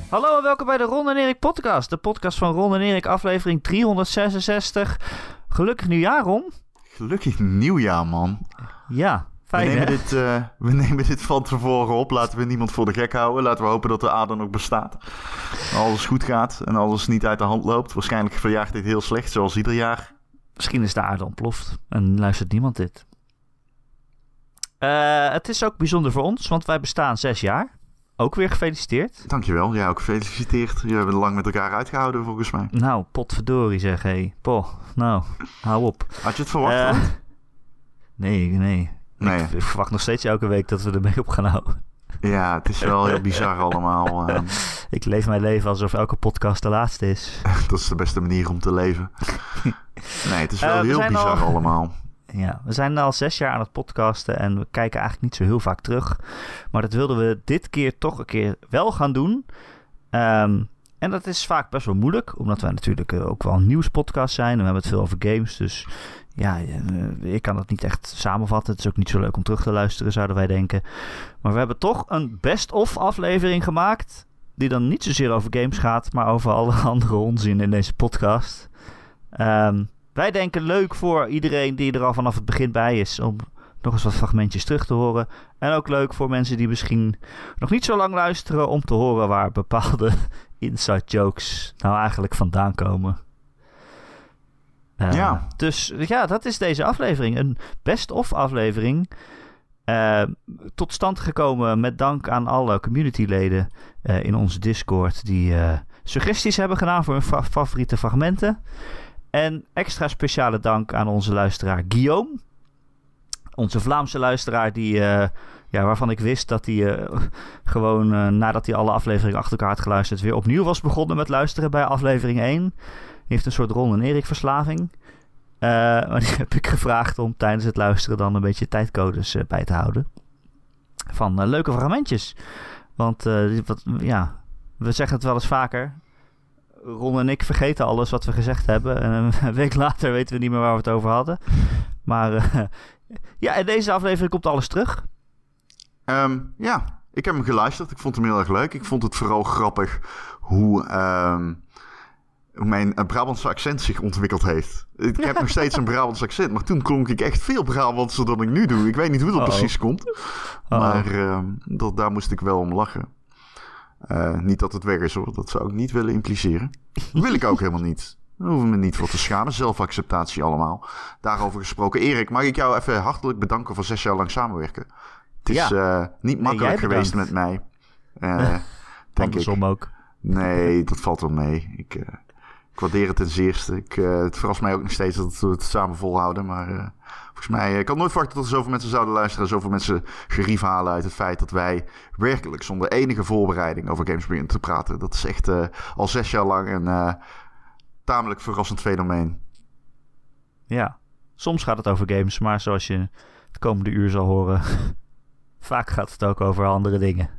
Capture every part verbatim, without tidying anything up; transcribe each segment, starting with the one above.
Hallo en welkom bij de Ron en Erik podcast. De podcast van Ron en Erik, aflevering driehonderdzesenzestig. Gelukkig nieuwjaar, Ron. Gelukkig nieuwjaar, man. Ja, fijn we nemen hè? Dit, uh, we nemen dit van tevoren op. Laten we niemand voor de gek houden. Laten we hopen dat de ader nog bestaat. Alles goed gaat en alles niet uit de hand loopt. Waarschijnlijk verjaagt dit heel slecht, zoals ieder jaar. Misschien is de aarde ontploft en luistert niemand dit. Uh, het is ook bijzonder voor ons, want wij bestaan zes jaar. Ook weer gefeliciteerd. Dankjewel, jij ook gefeliciteerd. Je hebben lang met elkaar uitgehouden, volgens mij. Nou, potverdorie zeg, hé. Hey. Poh, nou, hou op. Had je het verwacht? Uh, nee, nee. nee. Ik, ik verwacht nog steeds elke week dat we ermee op gaan houden. Ja, het is wel heel bizar allemaal. Uh, ik leef mijn leven alsof elke podcast de laatste is. Dat is de beste manier om te leven. Nee, het is wel uh, heel bizar al... allemaal. Ja, we zijn al zes jaar aan het podcasten en we kijken eigenlijk niet zo heel vaak terug. Maar dat wilden we dit keer toch een keer wel gaan doen. Um, en dat is vaak best wel moeilijk, omdat wij natuurlijk ook wel een nieuwspodcast zijn. En we hebben het veel over games, dus ja, ik kan dat niet echt samenvatten. Het is ook niet zo leuk om terug te luisteren, zouden wij denken. Maar we hebben toch een best-of aflevering gemaakt, die dan niet zozeer over games gaat, maar over alle andere onzin in deze podcast. Um, Wij denken leuk voor iedereen die er al vanaf het begin bij is om nog eens wat fragmentjes terug te horen. En ook leuk voor mensen die misschien nog niet zo lang luisteren om te horen waar bepaalde inside jokes nou eigenlijk vandaan komen. Uh, ja. Dus ja, dat is deze aflevering. Een best-of aflevering. Uh, tot stand gekomen met dank aan alle communityleden uh, in onze Discord die uh, suggesties hebben gedaan voor hun fa- favoriete fragmenten. En extra speciale dank aan onze luisteraar Guillaume. Onze Vlaamse luisteraar die, uh, ja, waarvan ik wist dat hij uh, gewoon uh, nadat hij alle afleveringen achter elkaar had geluisterd weer opnieuw was begonnen met luisteren bij aflevering één. Die heeft een soort Ron en Erik verslaving. Uh, maar die heb ik gevraagd om tijdens het luisteren dan een beetje tijdcodes uh, bij te houden. Van uh, leuke fragmentjes. Want uh, wat, ja, we zeggen het wel eens vaker. Ron en ik vergeten alles wat we gezegd hebben. En een week later weten we niet meer waar we het over hadden. Maar uh, ja, in deze aflevering komt alles terug. Um, ja, ik heb hem geluisterd. Ik vond hem heel erg leuk. Ik vond het vooral grappig hoe, um, hoe mijn Brabantse accent zich ontwikkeld heeft. Ik heb nog steeds een Brabants accent, maar toen klonk ik echt veel Brabantser dan ik nu doe. Ik weet niet hoe dat Uh-oh. precies komt. Uh-oh. Maar um, dat, daar moest ik wel om lachen. Uh, niet dat het weg is hoor, dat zou ik niet willen impliceren. Dat wil ik ook helemaal niet. Daar hoeven we me niet voor te schamen. Zelfacceptatie allemaal. Daarover gesproken. Erik, mag ik jou even hartelijk bedanken voor zes jaar lang samenwerken. Het is ja. uh, niet makkelijk nee, geweest met mij. Uh, denk Andersom ik. ook. Nee, dat valt wel mee. Ik, uh, ik waardeer het ten zeerste. Ik, uh, het verrast mij ook nog steeds dat we het samen volhouden. Maar uh, volgens mij, uh, ik had nooit verwacht dat er zoveel mensen zouden luisteren. Zoveel mensen gerief halen uit het feit dat wij werkelijk zonder enige voorbereiding over games beginnen te praten. Dat is echt uh, al zes jaar lang een uh, tamelijk verrassend fenomeen. Ja, soms gaat het over games, maar zoals je het komende uur zal horen, vaak gaat het ook over andere dingen.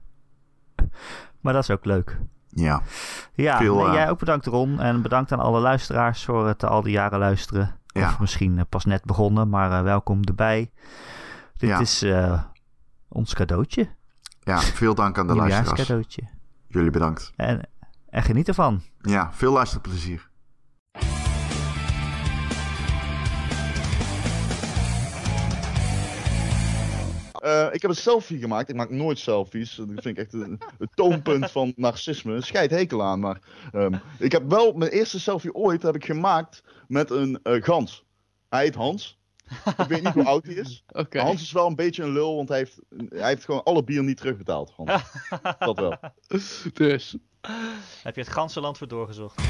Maar dat is ook leuk. Ja. Ja, Veel, nee, uh... jij ook bedankt Ron. En bedankt aan alle luisteraars voor het al die jaren luisteren. Ja. Of misschien uh, pas net begonnen, maar uh, welkom erbij. Dit ja. is uh, ons cadeautje. Ja, veel dank aan de luisteraars. Cadeautje. Jullie bedankt. En, en geniet ervan. Ja, veel luisterplezier. Uh, ik heb een selfie gemaakt. Ik maak nooit selfies. Dat vind ik echt een, een toonpunt van narcisme. Scheid hekel aan. Maar um, ik heb wel mijn eerste selfie ooit heb ik gemaakt met een uh, gans. Hij heet Hans. Ik weet niet hoe oud hij is. Okay. Hans is wel een beetje een lul, want hij heeft, hij heeft gewoon alle bier niet terugbetaald. Hans. Dat wel. Dus. Heb je het ganse land voor doorgezocht?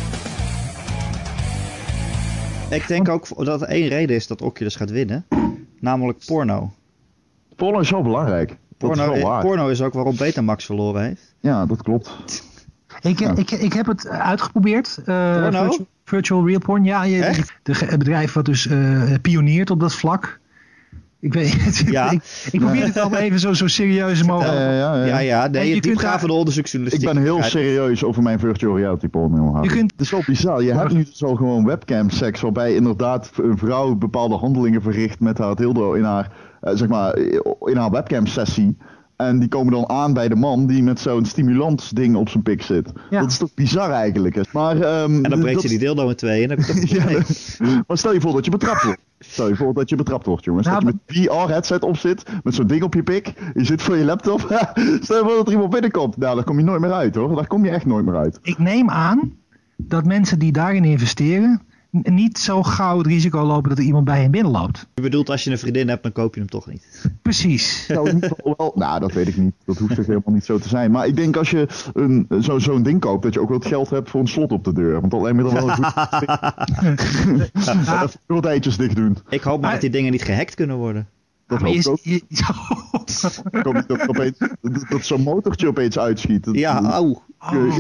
Ik denk ook dat er één reden is dat Oculus gaat winnen. Namelijk porno. Porno is wel belangrijk. Dat porno, is wel waar. porno is ook waarom Betamax verloren heeft. Ja, dat klopt. Ik, ja. ik, ik heb het uitgeprobeerd. Uh, porno? Virtual, virtual real porn. Ja, je, de, het bedrijf wat dus uh, pioniert op dat vlak. Ik weet het. Ja. ik, ik probeer het allemaal even zo, zo serieus mogelijk. Ja, ja, ja. ja, ja nee, je het diepgravende daar... onderzoeksjournalistiek. Ik ben heel serieus over mijn virtual reality porno. Je kunt... Het is wel bizar. Je hebt nu dus al gewoon webcam seks waarbij inderdaad een vrouw bepaalde handelingen verricht met haar dildo in haar, uh, zeg maar, in haar webcam sessie. En die komen dan aan bij de man die met zo'n stimulansding op zijn pik zit. Ja. Dat is toch bizar eigenlijk. Hè? Maar, um, En dan breekt dat... ze die dildo in tweeën en dan heb je toch ja, nee. maar stel je voor dat je betrapt wordt. Stel je voor dat je betrapt wordt, jongens. Nou, dat je met V R-headset op zit, met zo'n ding op je pik. Je zit voor je laptop. Stel je voor dat er iemand binnenkomt. Nou, daar kom je nooit meer uit, hoor. Daar kom je echt nooit meer uit. Ik neem aan dat mensen die daarin investeren n- niet zo gauw het risico lopen dat er iemand bij hen binnenloopt. Je bedoelt, als je een vriendin hebt, dan koop je hem toch niet. Precies. Nou, in ieder geval wel, nou, dat weet ik niet. Dat hoeft toch helemaal niet zo te zijn. Maar ik denk als je een, zo, zo'n ding koopt, dat je ook wel het geld hebt voor een slot op de deur. Want dan lijkt me dan wel een goed. Ja, Even gordijntjes dicht doen. Ik hoop maar Maar- dat die dingen niet gehackt kunnen worden. Dat maar hoop ik je, ook. je, Ik hoop niet dat, opeens, dat, dat zo'n motortje opeens uitschiet. Dat- Ja, auw. oh,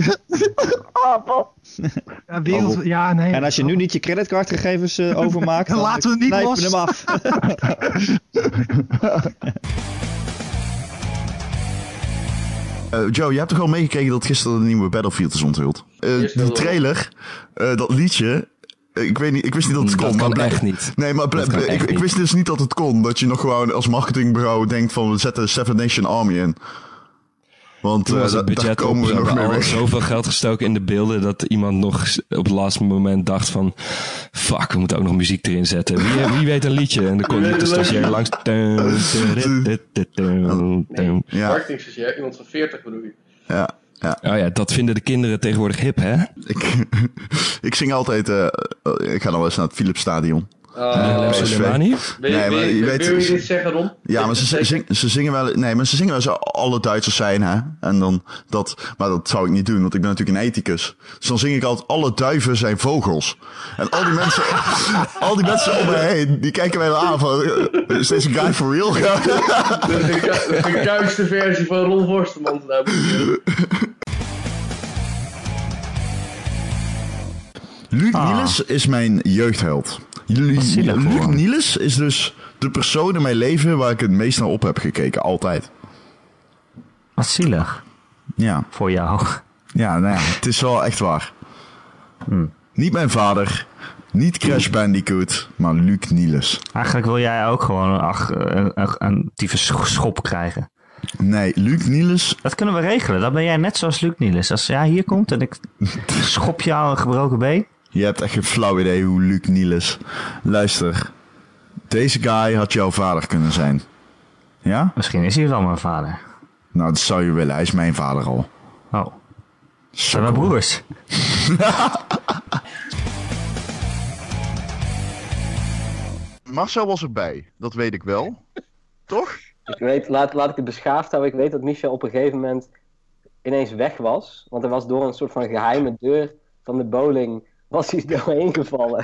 ja, wereld, ja, nee. En als je nu niet je creditcardgegevens uh, overmaakt, dan Laten we het niet knijpen los. we hem af. Uh, Joe, je hebt toch al meegekregen dat gisteren de nieuwe Battlefield is onthuld? Uh, die trailer, uh, dat liedje, uh, ik weet niet, ik wist niet dat het kon. Dat kan maar blijk- echt niet. Nee, maar blijk- Dat kan ik, echt ik niet. wist dus niet dat het kon. Dat je nog gewoon als marketingbureau denkt van we zetten Seven Nation Army in. Want Toen uh, was het da- daar budget op. komen We we nog hebben mee al weg. zoveel geld gestoken in de beelden dat iemand nog op het laatste moment dacht van fuck, we moeten ook nog muziek erin zetten. Wie, wie weet een liedje? En dan kon de stagiair langs. Ja, Marketingstagiair, iemand van veertig bedoel je? ja, ja. Oh ja, dat vinden de kinderen tegenwoordig hip, hè? Ik, ik zing altijd, uh, uh, ik ga dan wel eens naar het Philips Stadion. Uh, P S V. Soleimani? Wil je, Nee, wil maar je, je wil weet- je dit zeggen, Ron? Ja, maar ze, zing, ze zingen wel. Nee, maar ze zingen wel zo. Alle Duitsers zijn, hè? En dan dat. Maar dat zou ik niet doen, want ik ben natuurlijk een ethicus. Dus dan zing ik altijd: alle duiven zijn vogels. En al die mensen. al die mensen om me heen, die kijken mij dan aan van. uh, Is deze guy for real? De, de, de gekuiste versie van Ron Forstemans. Nou, Luc Ah. Niels is mijn jeugdheld. Lu- Wat zielig voor Luc hem. Niels is dus de persoon in mijn leven waar ik het meest naar op heb gekeken, altijd. Wat zielig Ja, voor jou. ja, nou ja, het is wel echt waar. Hmm. Niet mijn vader, niet Crash Bandicoot, maar Luc Niels. Eigenlijk wil jij ook gewoon ach, een, een, een tyfus schop krijgen. Nee, Luc Niels, Dat kunnen we regelen. Dan ben jij net zoals Luc Niels. Als jij hier komt en ik schop jou een gebroken been. je hebt echt geen flauw idee hoe Luc Niels. Luister, deze guy had jouw vader kunnen zijn. Ja? Misschien is hij wel mijn vader. Nou, dat zou je willen, hij is mijn vader al. Oh, zijn we broers? Marcel was erbij, dat weet ik wel. Toch? Ik weet, laat, laat ik het beschaafd houden. Ik weet dat Michel op een gegeven moment ineens weg was. Want hij was door een soort van geheime deur van de bowling was hij doorheen gevallen.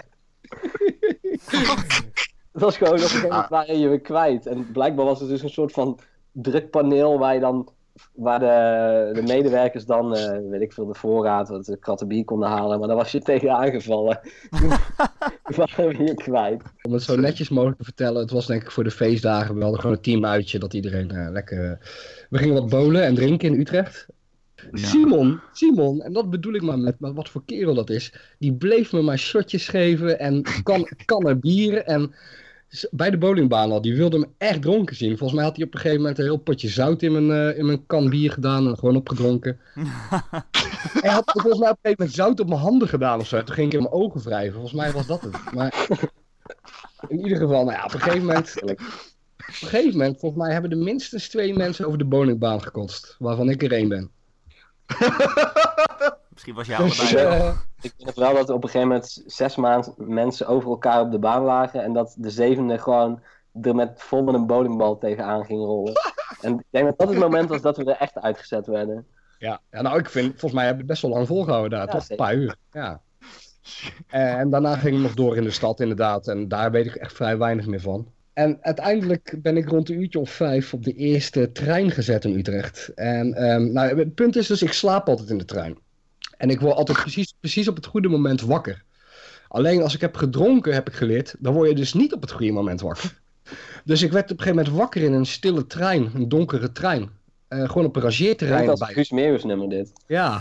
Het was gewoon op een gegeven moment waren je weer kwijt. En blijkbaar was het dus een soort van drukpaneel waar je dan waar de, de medewerkers dan, uh, weet ik veel, de voorraad, wat de kratten bier konden halen. Maar daar was je tegen aangevallen. Toen waren we hier kwijt. Om het zo netjes mogelijk te vertellen, het was denk ik voor de feestdagen. We hadden gewoon een teamuitje dat iedereen uh, lekker... We gingen wat bowlen en drinken in Utrecht. Ja. Simon, Simon, en dat bedoel ik maar met, met wat voor kerel dat is. Die bleef me maar shotjes geven en kan, kannen bier en... Bij de bowlingbaan al, die wilde me echt dronken zien. Volgens mij had hij op een gegeven moment een heel potje zout in mijn, uh, in mijn kan bier gedaan en gewoon opgedronken. Hij had volgens mij op een gegeven moment zout op mijn handen gedaan of zo. Toen ging ik in mijn ogen wrijven. Volgens mij was dat het. Maar in ieder geval, nou ja, op een gegeven moment... Op een gegeven moment, volgens mij hebben er minstens twee mensen over de bowlingbaan gekotst. Waarvan ik er één ben. Misschien was jij allebei wel. Uh, ik weet wel dat er op een gegeven moment zes maanden mensen over elkaar op de baan lagen. En dat de zevende gewoon er met, vol met een bowlingbal tegenaan ging rollen. En ik denk dat dat het moment was dat we er echt uitgezet werden. Ja, ja nou ik vind, volgens mij hebben we het best wel lang volgehouden daar. Ja, toch een paar uur. Ja. En daarna ging ik nog door in de stad inderdaad. En daar weet ik echt vrij weinig meer van. En uiteindelijk ben ik rond een uurtje of vijf op de eerste trein gezet in Utrecht. En um, nou, het punt is dus, ik slaap altijd in de trein. En ik word altijd precies, precies op het goede moment wakker. Alleen als ik heb gedronken, heb ik geleerd, dan word je dus niet op het goede moment wakker. Dus ik werd op een gegeven moment wakker in een stille trein, een donkere trein. Uh, gewoon op een rangeerterrein. Klinkt als Guus Meeuwis nummer dit. Ja.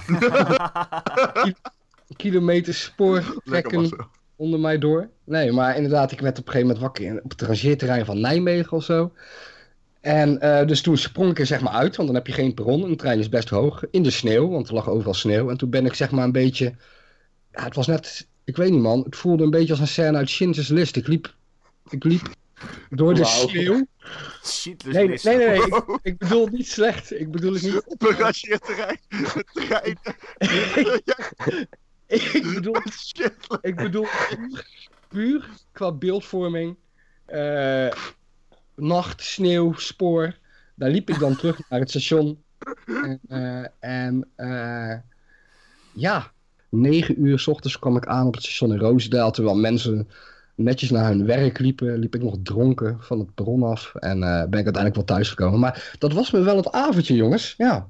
Kilometers spoortrekken onder mij door. Nee, maar inderdaad, ik werd op een gegeven moment wakker in, op het rangeerterrein van Nijmegen of zo. En uh, dus toen sprong ik er zeg maar uit, want dan heb je geen perron. En de trein is best hoog. In de sneeuw, want er lag overal sneeuw. En toen ben ik zeg maar een beetje... Ja, het was net... Ik weet niet man, het voelde een beetje als een scène uit Schindler's List. Ik liep... Ik liep door de Wauw. sneeuw. Schindler's Nee, List. nee, nee. nee. Ik, ik bedoel het niet slecht. Ik bedoel het niet... Bagageerterrein. Terrein. ik bedoel... Ik bedoel puur, puur qua beeldvorming... Uh, nacht, sneeuw, spoor. Daar liep ik dan terug naar het station. En, uh, en uh, ja, negen uur 's ochtends kwam ik aan op het station in Roosendaal. Terwijl mensen netjes naar hun werk liepen, liep ik nog dronken van het perron af. En uh, ben ik uiteindelijk wel thuisgekomen. Maar dat was me wel het avondje, jongens. Ja.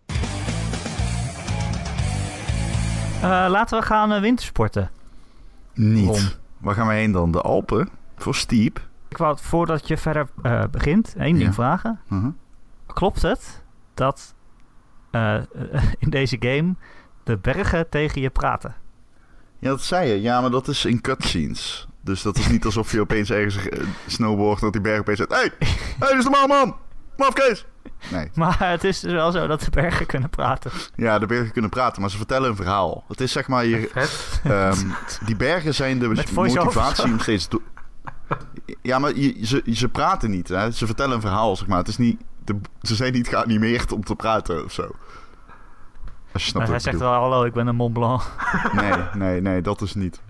Uh, laten we gaan uh, wintersporten. Niet. Ron. Waar gaan we heen dan? De Alpen? Voor Steep? Ik wou, voordat je verder uh, begint, één ding Ja. vragen. Uh-huh. Klopt het dat uh, in deze game de bergen tegen je praten? Ja, dat zei je. Ja, maar dat is in cutscenes. Dus dat is niet alsof je opeens ergens uh, snowboardt dat die berg opeens zegt... Hé, hey, hey, dit is normaal man! Mafkees! Nee. Maar het is dus wel zo dat de bergen kunnen praten. Ja, de bergen kunnen praten, maar ze vertellen een verhaal. Het is zeg maar... Je, um, die bergen zijn de Met voice-over motivatie zo. om steeds... Do- ja, maar je, ze, ze praten niet. Hè? Ze vertellen een verhaal, zeg maar. Het is niet, de, ze zijn niet geanimeerd om te praten of zo. Als je snapt Maar hij wat ik zegt bedoel. wel, hallo, ik ben een Mont Blanc. Nee, nee, nee, dat is niet.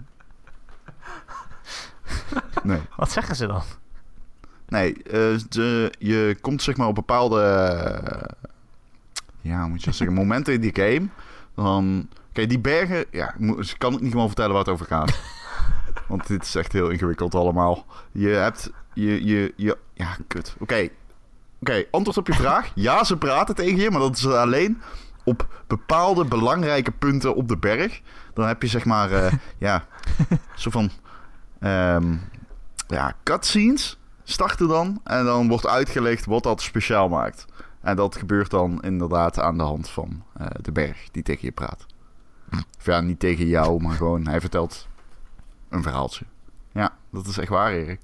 Nee. Wat zeggen ze dan? Nee, uh, de, je komt zeg maar op bepaalde... Uh, ja, hoe moet je dat zeggen? Momenten in die game. Dan... Kijk, die bergen... Ja, ik kan het niet gewoon vertellen waar het over gaat. Want dit is echt heel ingewikkeld allemaal. Je hebt... Je, je, je, ja, kut. Oké. Okay. Oké, okay, antwoord op je vraag. Ja, ze praten tegen je, maar dat is alleen op bepaalde belangrijke punten op de berg. Dan heb je zeg maar... Uh, ja, zo van... Um, ja, cutscenes starten dan. En dan wordt uitgelegd wat dat speciaal maakt. En dat gebeurt dan inderdaad aan de hand van uh, de berg die tegen je praat. Of ja, niet tegen jou, maar gewoon hij vertelt een verhaaltje. Ja, dat is echt waar, Erik.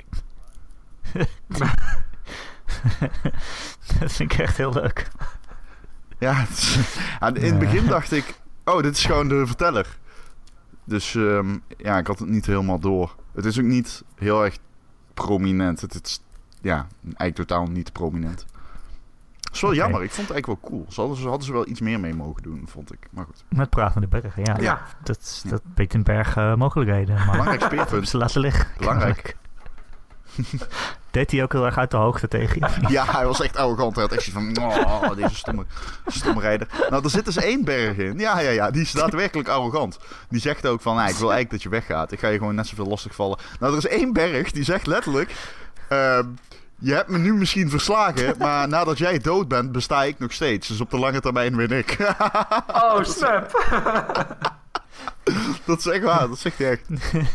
Dat vind ik echt heel leuk. Ja, het is, in het begin dacht ik... Oh, dit is gewoon de verteller. Dus um, ja, ik had het niet helemaal door. Het is ook niet heel erg prominent. Het is ja, eigenlijk totaal niet prominent. Dat is wel okay. Jammer. Ik vond het eigenlijk wel cool. Ze hadden, ze hadden ze wel iets meer mee mogen doen, vond ik. Maar goed. Met pratende bergen, ja. Ja. Dat, dat biedt een berg uh, mogelijkheden. Maar belangrijk speerpunt. Ze laten liggen. Belangrijk. Deed hij ook heel erg uit de hoogte tegen je? Ja, hij was echt arrogant. Hij had echt zoiets van... Oh, deze stomme, stomme rijder. Nou, er zit dus één berg in. Ja, ja, ja. Die is daadwerkelijk arrogant. Die zegt ook van... Nou, ik wil eigenlijk dat je weggaat. Ik ga je gewoon net zoveel lastigvallen. Nou, er is één berg die zegt letterlijk... Uh, je hebt me nu misschien verslagen... maar nadat jij dood bent, besta ik nog steeds. Dus op de lange termijn win ik. Oh, snap. Dat is echt waar. Dat zegt hij echt.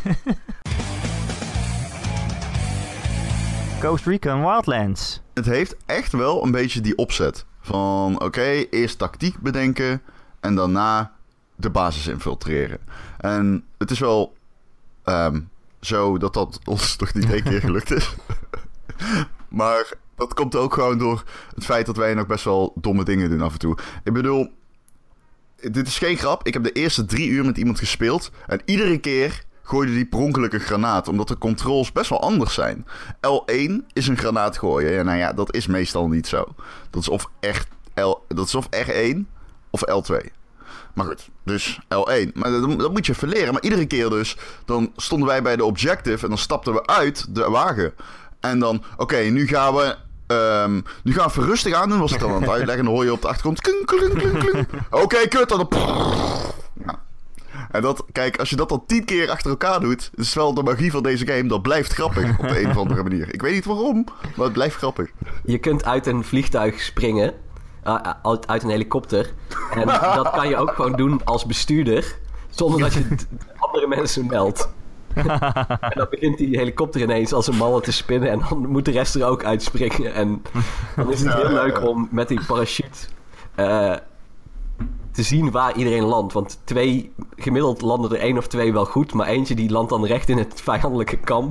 Ghost Recon Wildlands. Het heeft echt wel een beetje die opzet. Van oké, okay, eerst tactiek bedenken... en daarna de basis infiltreren. En het is wel um, zo dat dat ons toch niet één keer gelukt is. Maar dat komt ook gewoon door het feit dat wij nog best wel domme dingen doen af en toe. Ik bedoel, dit is geen grap. Ik heb de eerste drie uur met iemand gespeeld... en iedere keer... gooide die per ongeluk een granaat, omdat de controls best wel anders zijn. L één is een granaat gooien. Ja, nou ja, dat is meestal niet zo. Dat is of echt L, dat is of R één of L twee. Maar goed, dus L één. Maar dat, dat moet je even leren. Maar iedere keer dus, dan stonden wij bij de objective en dan stapten we uit de wagen. En dan, oké, okay, nu gaan we... Um, nu gaan we even rustig aan doen, was ik dan aan het uitleggen. En dan hoor je op de achtergrond... Klink, klink, klink, klink. Oké, okay, kut, dan... Ja. En dat, kijk, als je dat al tien keer achter elkaar doet... is wel de magie van deze game. Dat blijft grappig op de een of andere manier. Ik weet niet waarom, maar het blijft grappig. Je kunt uit een vliegtuig springen. Uh, uit een helikopter. En dat kan je ook gewoon doen als bestuurder. Zonder dat je d- andere mensen meldt. En dan begint die helikopter ineens als een malle te spinnen. En dan moet de rest er ook uitspringen. En dan is het heel leuk om met die parachute... Uh, te zien waar iedereen landt. Want twee, gemiddeld landen er één of twee wel goed... maar eentje die landt dan recht in het vijandelijke kamp.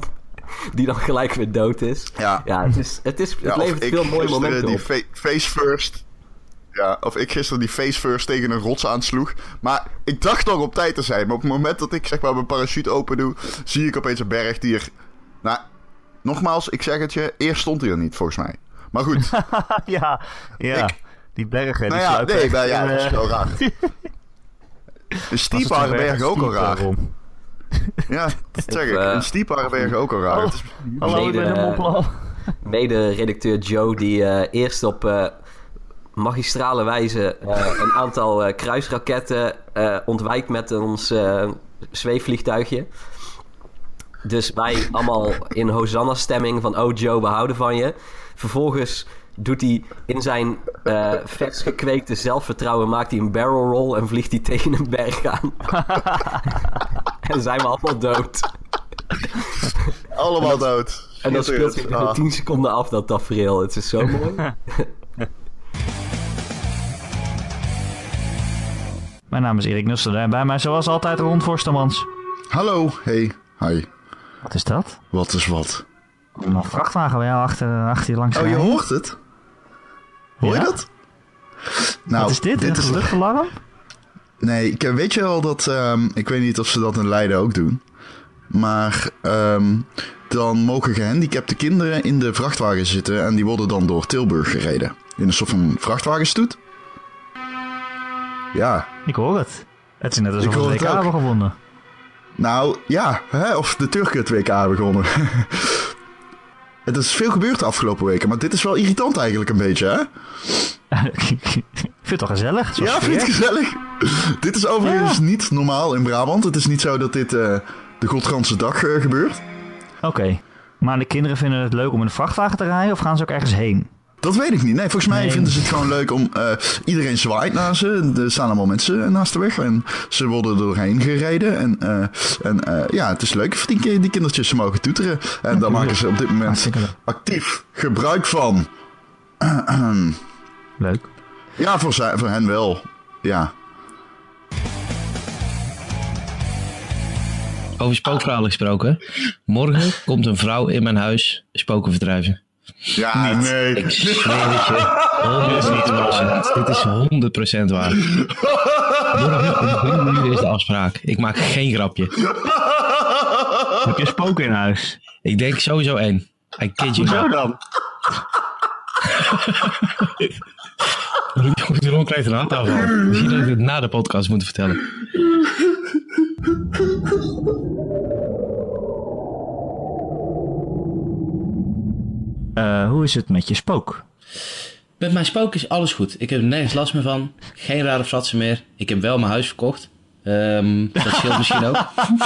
die dan gelijk weer dood is. Ja, ja het, is, het, is, het ja, levert veel mooie momenten die op. fa- face first... Ja, of ik gisteren die face first tegen een rots aansloeg. Maar ik dacht nog op tijd te zijn. Maar op het moment dat ik zeg maar mijn parachute open doe... zie ik opeens een berg die er... Nou, nogmaals, ik zeg het je. Eerst stond hij er niet, volgens mij. Maar goed. ja, ja. Ik, die bergen, nou die ja, sluipen nee, echt, nou ja, uh, dat is wel raar. Een Stieparenberg ook al raar. Erom. Ja, dat zeg ik. Een Stieparenberg ook al raar. Oh, Hallo, ik ben de moppel. Mede-redacteur Joe, die uh, eerst op uh, magistrale wijze uh, een aantal uh, kruisraketten uh, ontwijkt met ons uh, zweefvliegtuigje. Dus wij allemaal in Hosanna-stemming van... oh Joe, we houden van je. Vervolgens doet hij in zijn uh, vers gekweekte zelfvertrouwen... maakt hij een barrel roll en vliegt hij tegen een berg aan. En zijn we allemaal dood. Allemaal dood. En dan speelt zich binnen tien seconden af, dat tafereel. Het is zo mooi. Mijn naam is Erik Nuster en bij mij zoals altijd Ron Forstemans. Hallo, hey, hi. Wat is dat? Wat is wat? Een vrachtwagen bij jou achter, achter je langs. Oh, je hoort het? Hoor ja? je dat? Nou, wat is dit? dit een geluchtsalarm? Nee, ik, weet je wel dat... Um, ik weet niet of ze dat in Leiden ook doen. Maar um, dan mogen gehandicapte kinderen in de vrachtwagen zitten... en die worden dan door Tilburg gereden. In een soort van vrachtwagenstoet. Ja. Ik hoor het. Het is net alsof we het W K hebben gewonnen. Nou, ja. Hè? Of de Turken het W K hebben gewonnen. Het is veel gebeurd de afgelopen weken. Maar dit is wel irritant eigenlijk een beetje, hè? Ik vind het toch gezellig? Ja, ik vind het gezellig. Dit is overigens ja. niet normaal in Brabant. Het is niet zo dat dit uh, de Godganse dag uh, gebeurt. Oké. Okay. Maar de kinderen vinden het leuk om in een vrachtwagen te rijden? Of gaan ze ook ergens heen? Dat weet ik niet. Nee, volgens mij nee. vinden ze het gewoon leuk om... Uh, iedereen zwaait naar ze. Er staan allemaal mensen naast de weg. En ze worden er doorheen gereden. En, uh, en uh, ja, het is leuk voor die, die kindertjes. Ze mogen toeteren. En ja, daar maken ze op dit moment actief gebruik van. Leuk. Ja, voor, zij, voor hen wel. Ja. Over spookverhalen gesproken. Morgen komt een vrouw in mijn huis spoken verdrijven. Ja, niet. Nee. Ik zweer het je. honderd procent. Dit is honderd procent waar. Morgen om drie uur is de afspraak. Ik maak geen grapje. Heb je spoken in huis? Ik denk sowieso één. I kid you Hoezo dan? Ron krijgt een hartaanval. Misschien dat ik het na de podcast moet vertellen. Uh, hoe is het met je spook? Met mijn spook is alles goed. Ik heb er nergens last meer van. Geen rare fratsen meer. Ik heb wel mijn huis verkocht. Um, dat scheelt misschien ook.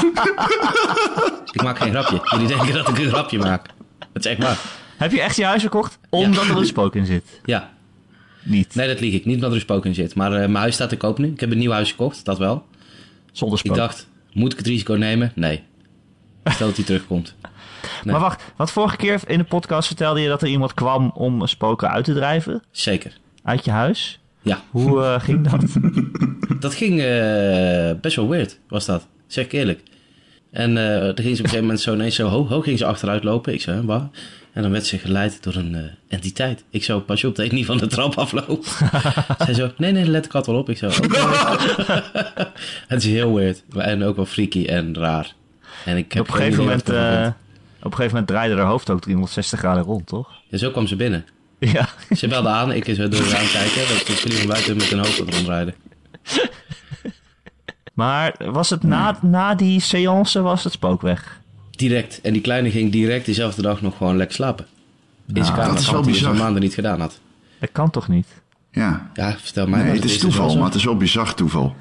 Ik maak geen grapje. Jullie denken dat ik een grapje maak. Dat is echt waar. Heb je echt je huis verkocht? Omdat ja. er een spook in zit? Ja. Niet? Nee, dat lieg ik. Niet omdat er een spook in zit. Maar uh, mijn huis staat te koop nu. Ik heb een nieuw huis gekocht. Dat wel. Zonder spook? Ik dacht, moet ik het risico nemen? Nee. Stel dat hij terugkomt. Nee. Maar wacht, want vorige keer in de podcast vertelde je dat er iemand kwam om spoken uit te drijven? Zeker. Uit je huis? Ja. Hoe uh, ging dat? Dat ging uh, best wel weird, was dat. Zeg ik eerlijk. En uh, er ging ze op een gegeven moment zo ineens zo hoog, hoog ging ze achteruit lopen. Ik zei, waar? En dan werd ze geleid door een uh, entiteit. Ik zo, pas je op dat ik niet van de trap afloop. Zij zo, nee, nee, let ik had wel op. Ik zo, oké. Okay. Het is heel weird. En ook wel freaky en raar. En ik heb op een gegeven moment... Uh... Op een gegeven moment draaide haar hoofd ook driehonderdzestig graden rond, toch? Ja, zo kwam ze binnen. Ja. Ze belde aan, ik zo door de raam kijken. Dat stond jullie van buiten met een hoofd dat rondrijden. Maar was het na, na die seance was het spook weg? Direct. En die kleine ging direct diezelfde dag nog gewoon lekker slapen. Nou, in zijn kamer. Dat is wel bizar. bizar. Hij maanden niet gedaan had. Dat kan toch niet? Ja. Ja, vertel mij nee, maar. Het is toeval, maar het is wel bizar toeval.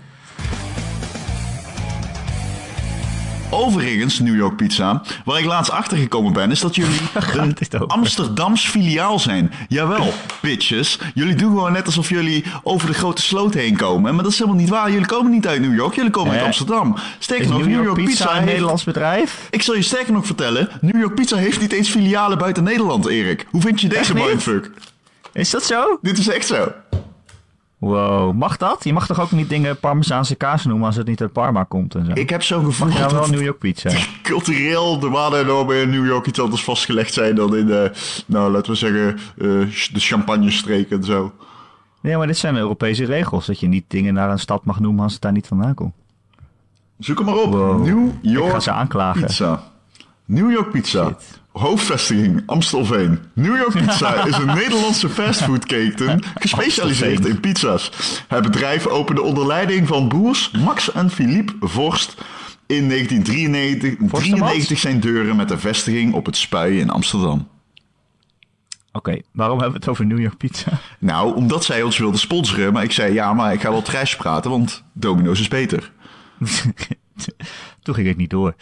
Overigens, New York Pizza, waar ik laatst achter gekomen ben, is dat jullie een Amsterdams filiaal zijn. Jawel, bitches. Jullie doen gewoon net alsof jullie over de grote sloot heen komen. Maar dat is helemaal niet waar. Jullie komen niet uit New York, jullie komen eh, uit Amsterdam. Sterker nog, New York, New York Pizza, Pizza een heeft... Nederlands bedrijf? Ik zal je sterker nog vertellen, New York Pizza heeft niet eens filialen buiten Nederland, Erik. Hoe vind je deze mindfuck? Is dat zo? Dit is echt zo. Wow, mag dat? Je mag toch ook niet dingen Parmezaanse kaas noemen als het niet uit Parma komt en zo? Ik heb zo'n gevoel mag je nou wel dat New York pizza. cultureel de waarden en normen in New York iets anders vastgelegd zijn dan in de, nou laten we zeggen, uh, de champagne-streek en zo. Nee, maar dit zijn Europese regels, dat je niet dingen naar een stad mag noemen als het daar niet vandaan komt. Zoek hem maar op. Wow. New York Ik ga ze aanklagen. Pizza. New York Pizza. Shit. Hoofdvestiging Amstelveen. New York Pizza is een Nederlandse fastfoodketen gespecialiseerd in pizza's. Het bedrijf opende onder leiding van broers Max en Philippe Vorst in negentien drieënnegentig zijn deuren met een vestiging op het Spui in Amsterdam. Oké, okay, waarom hebben we het over New York Pizza? Nou, omdat zij ons wilden sponsoren, maar ik zei ja, maar ik ga wel trash praten, want Domino's is beter. Toen ging ik niet door.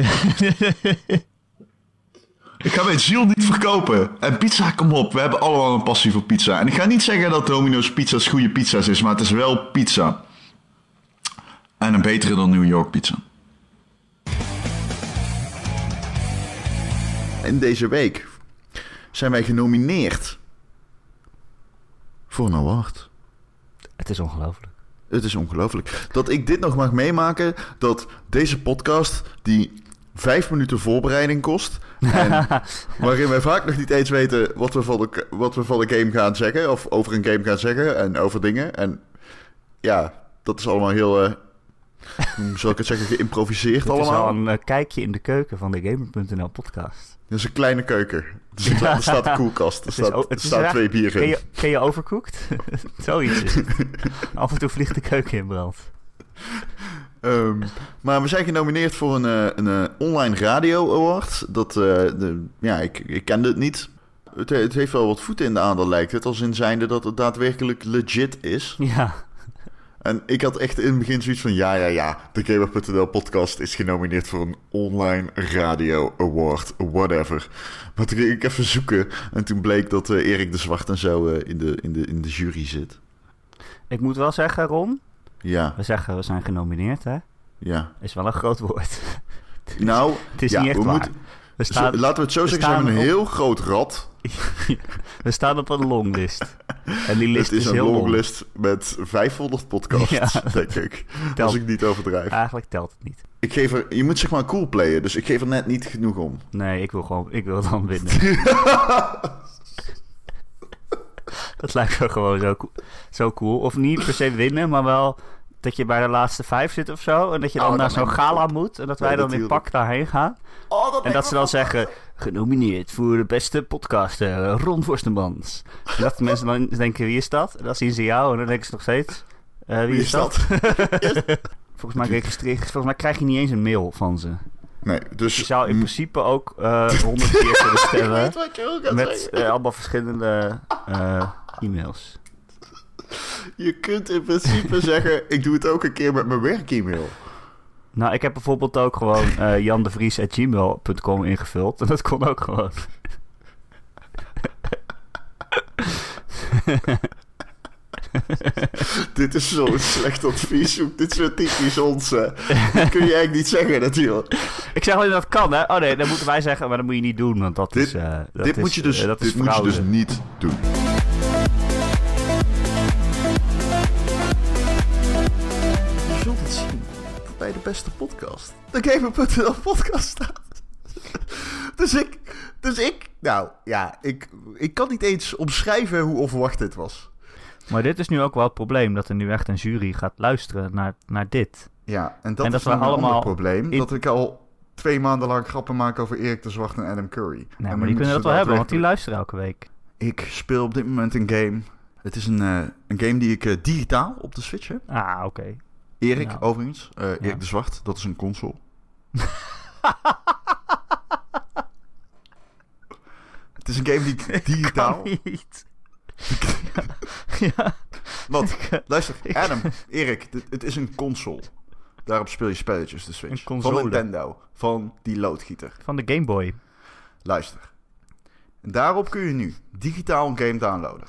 Ik ga mijn ziel niet verkopen. En pizza, kom op. We hebben allemaal een passie voor pizza. En ik ga niet zeggen dat Domino's Pizza's goede pizza's is, maar het is wel pizza. En een betere dan New York pizza. En deze week zijn wij genomineerd voor een award. Het is ongelooflijk. Het is ongelooflijk. Dat ik dit nog mag meemaken, dat deze podcast die vijf minuten voorbereiding kost. En waarin wij vaak nog niet eens weten wat we, van de, wat we van de game gaan zeggen. Of over een game gaan zeggen en over dingen. En ja, dat is allemaal heel, uh, hoe zal ik het zeggen, geïmproviseerd allemaal. Het is al een uh, kijkje in de keuken van de Gamer punt n l podcast. Dat is een kleine keuken. Dus er, er staat een koelkast. Er staat, er staat twee bier in. Ken je, ken je Overcooked? Zoiets is het. Af en toe vliegt de keuken in brand. Um, maar we zijn genomineerd voor een, uh, een uh, online radio award. Dat, uh, de, ja, ik, ik kende het niet. Het, het heeft wel wat voeten in de aandeel, lijkt het. Als in zijnde dat het daadwerkelijk legit is. Ja. En ik had echt in het begin zoiets van... Ja, ja, ja, de Gamer punt n l podcast is genomineerd voor een online radio award. Whatever. Maar toen ging ik even zoeken. En toen bleek dat uh, Erik de Zwart en zo uh, in, de, in, de, in de jury zit. Ik moet wel zeggen, Ron... Ja. We zeggen, we zijn genomineerd, hè? Ja. Is wel een groot woord. Nou, het is ja, niet echt we waar. Moeten, we staan, laten we het zo we zeggen, ze hebben een op, heel groot rad. We staan op een longlist. En die list het is, is een heel longlist long. Met vijfhonderd podcasts, ja, denk ik. Telt, als ik niet overdrijf. Eigenlijk telt het niet. Ik geef er, je moet zeg maar cool playen, dus ik geef er net niet genoeg om. Nee, ik wil gewoon, ik wil dan winnen. Dat lijkt me gewoon zo, zo cool. Of niet per se winnen, maar wel dat je bij de laatste vijf zit of zo. En dat je dan oh, naar zo'n gala moet. En dat wij ja, dan in pak daarheen gaan. Oh, dat en dat ze dan zeggen, genomineerd voor de beste podcaster, Ron Forstemans. En dat de mensen dan denken, wie is dat? En dan zien ze jou en dan denken ze nog steeds, uh, wie, wie is, is dat? dat? Yes. Volgens mij registreer, volgens mij krijg je niet eens een mail van ze. Nee, dus... Je zou in principe ook honderd uh, keer kunnen stemmen. Met uh, allemaal verschillende uh, e-mails. Je kunt in principe zeggen, ik doe het ook een keer met mijn werk-e-mail. Nou, ik heb bijvoorbeeld ook gewoon uh, jandevries at gmail punt com ingevuld. En dat kon ook gewoon. Dit is zo'n slecht advies. Dit is zo typisch ons. Dat kun je eigenlijk niet zeggen natuurlijk. Ik zeg alleen dat kan, hè? Oh nee, dat moeten wij zeggen, maar dat moet je niet doen. Want dat dit, is. Uh, dat dit is, moet je dus, uh, dat dit is moet je dus niet doen. Je zult het zien dat bij de beste podcast de Gamer punt n l podcast staat. Dus ik, dus ik, nou ja, ik, ik kan niet eens omschrijven hoe onverwacht dit was. Maar dit is nu ook wel het probleem, dat er nu echt een jury gaat luisteren naar, naar dit. Ja, en dat, en dat is een allemaal ander probleem. In... Dat ik al twee maanden lang grappen maak over Erik de Zwart en Adam Curry. Nee, maar die kunnen dat wel hebben, want die luisteren elke week. Ik speel op dit moment een game. Het is een, uh, een game die ik uh, digitaal op de Switch heb. Ah, oké. Okay. Erik, nou. overigens. Uh, Erik ja. de Zwart, dat is een console. Het is een game die digitaal... Ik kan niet. ja. Want, luister, Adam, Erik, dit, het is een console. Daarop speel je spelletjes, de Switch. Een console. Van Nintendo, van die loodgieter. Van de Game Boy. Luister. En daarop kun je nu digitaal een game downloaden.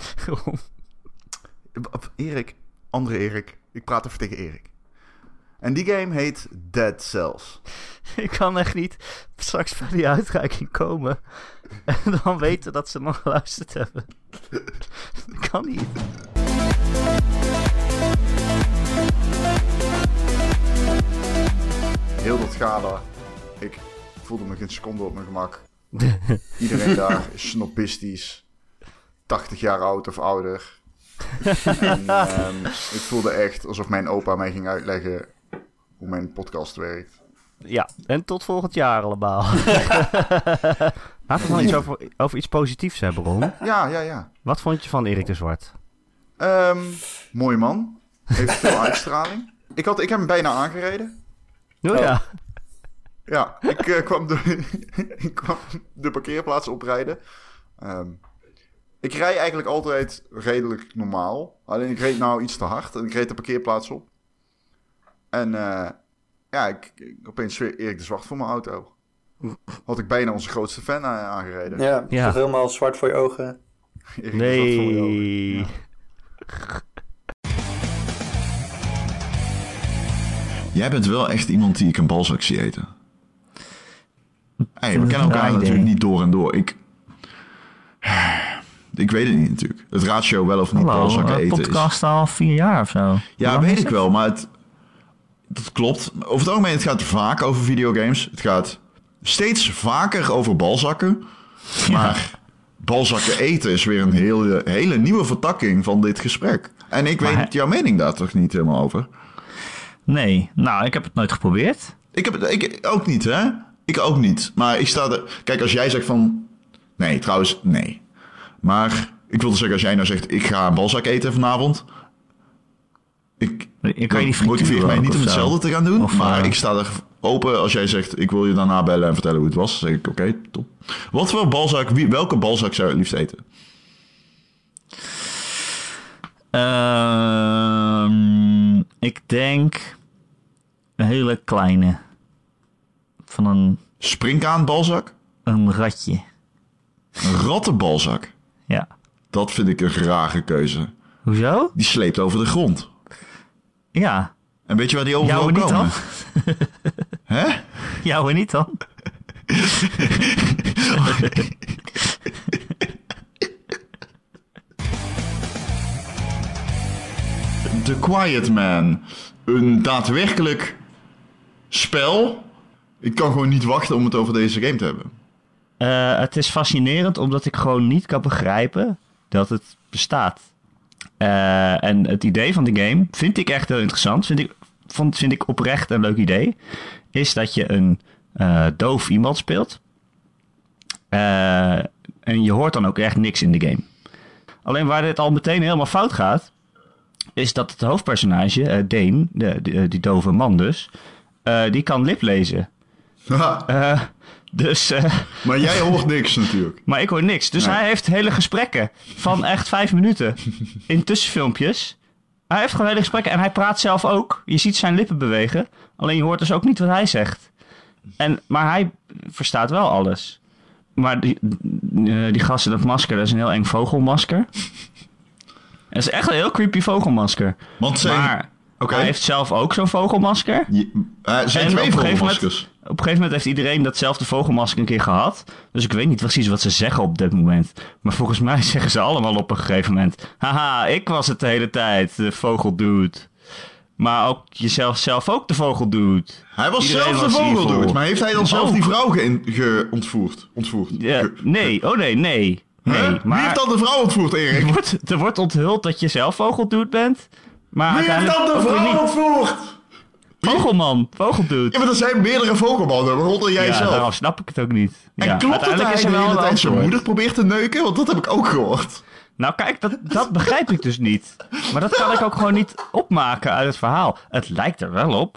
Erik, andere Erik, ik praat even tegen Erik. En die game heet Dead Cells. Ik kan echt niet straks bij die uitreiking komen en dan weten dat ze nog geluisterd hebben. Dat kan niet. Heel dat gala, ik voelde me geen seconde op mijn gemak. Iedereen daar is snobistisch, tachtig jaar oud of ouder. En um, ik voelde echt alsof mijn opa mij ging uitleggen hoe mijn podcast werkt. Ja, en tot volgend jaar allemaal. Laten we dan iets over, over iets positiefs hebben, Ron. Ja, ja, ja. Wat vond je van Erik de Zwart? Um, mooi man. Heeft veel uitstraling. Ik, had, ik heb hem bijna aangereden. Oh ja. Ja, ik, uh, kwam, de, ik kwam de parkeerplaats oprijden. Um, ik rij eigenlijk altijd redelijk normaal. Alleen ik reed nou iets te hard en ik reed de parkeerplaats op. En uh, ja, ik, ik opeens weer Erik de Zwart voor mijn auto. Had ik bijna onze grootste fan a- aangereden. Ja, ja. Toch helemaal zwart voor je ogen. Erik nee. de Zwart voor je ogen. Ja. Jij bent wel echt iemand die ik een balzak zie eten. Hey, we kennen elkaar natuurlijk niet door en door. Ik, ik weet het niet natuurlijk. Het ratio wel of niet Hallo, balzakken eten is. Een podcast al vier jaar of zo. Ja, weet ik wel, maar het, dat klopt. Over het algemeen, het gaat vaak over videogames. Het gaat steeds vaker over balzakken. Ja. Maar balzakken eten is weer een hele, hele nieuwe vertakking van dit gesprek. En ik maar weet he- jouw mening daar toch niet helemaal over? Nee, nou, ik heb het nooit geprobeerd. Ik heb het ik, ook niet, hè? Ik ook niet. Maar ik sta er... Kijk, als jij zegt van... Nee, trouwens, nee. Maar ik wilde zeggen, als jij nou zegt... Ik ga een balzak eten vanavond... Ik, ik kan je niet motiveert mij niet om hetzelfde te gaan doen. Of, maar uh... ik sta er open als jij zegt... Ik wil je daarna bellen en vertellen hoe het was. Dan zeg ik, oké, okay, top. Wat voor balzak... Wie, welke balzak zou je het liefst eten? Uh, ik denk... Een hele kleine. Van een... Springkaanbalzak? Een ratje. Een rattenbalzak? Ja. Dat vind ik een rare keuze. Hoezo? Die sleept over de grond. Ja. En weet je waar die overal Jouwe komen? niet dan? Hè? Jouwe niet dan? The Quiet Man. Een daadwerkelijk spel. Ik kan gewoon niet wachten om het over deze game te hebben. Uh, het is fascinerend omdat ik gewoon niet kan begrijpen dat het bestaat. Uh, en het idee van de game vind ik echt heel interessant. Vind ik, vond, vind ik oprecht een leuk idee. Is dat je een uh, doof iemand speelt. Uh, en je hoort dan ook echt niks in de game. Alleen waar dit al meteen helemaal fout gaat... is dat het hoofdpersonage, uh, Dane, de, de, die dove man dus... Uh, die kan liplezen. uh, dus, uh, maar jij hoort niks natuurlijk. Maar ik hoor niks. Dus nee. Hij heeft hele gesprekken van echt vijf minuten in tussenfilmpjes. Hij heeft gewoon hele gesprekken en hij praat zelf ook. Je ziet zijn lippen bewegen. Alleen je hoort dus ook niet wat hij zegt. En, maar hij verstaat wel alles. Maar die, uh, die gast in dat masker, dat is een heel eng vogelmasker. Dat is echt een heel creepy vogelmasker. Want zijn... Maar okay. Hij heeft zelf ook zo'n vogelmasker. Je, uh, zijn en twee vogelmaskers. Op een gegeven moment heeft iedereen datzelfde vogelmasker een keer gehad. Dus ik weet niet precies wat ze zeggen op dit moment. Maar volgens mij zeggen ze allemaal op een gegeven moment... Haha, ik was het de hele tijd, de vogeldude. Maar ook jezelf zelf ook de vogeldude. Hij was iedereen zelf de vogeldude, maar heeft hij dan zelf ook die vrouw ge- ge- ontvoerd? ontvoerd? Ja, ge- nee, oh nee, nee. nee huh? maar Wie heeft dan de vrouw ontvoerd, Erik? Er wordt, er wordt onthuld dat je zelf vogeldude bent. Maar Wie heeft dan de vrouw ontvoerd? Vogelman, vogeldude. Ja, maar er zijn meerdere vogelmannen, waaronder jij ja, zelf. Ja, daarom snap ik het ook niet. En ja, klopt het dat hij de hele tijd zijn moeder probeert te neuken? Want dat heb ik ook gehoord. Nou kijk, dat, dat begrijp ik dus niet. Maar dat kan ik ook gewoon niet opmaken uit het verhaal. Het lijkt er wel op.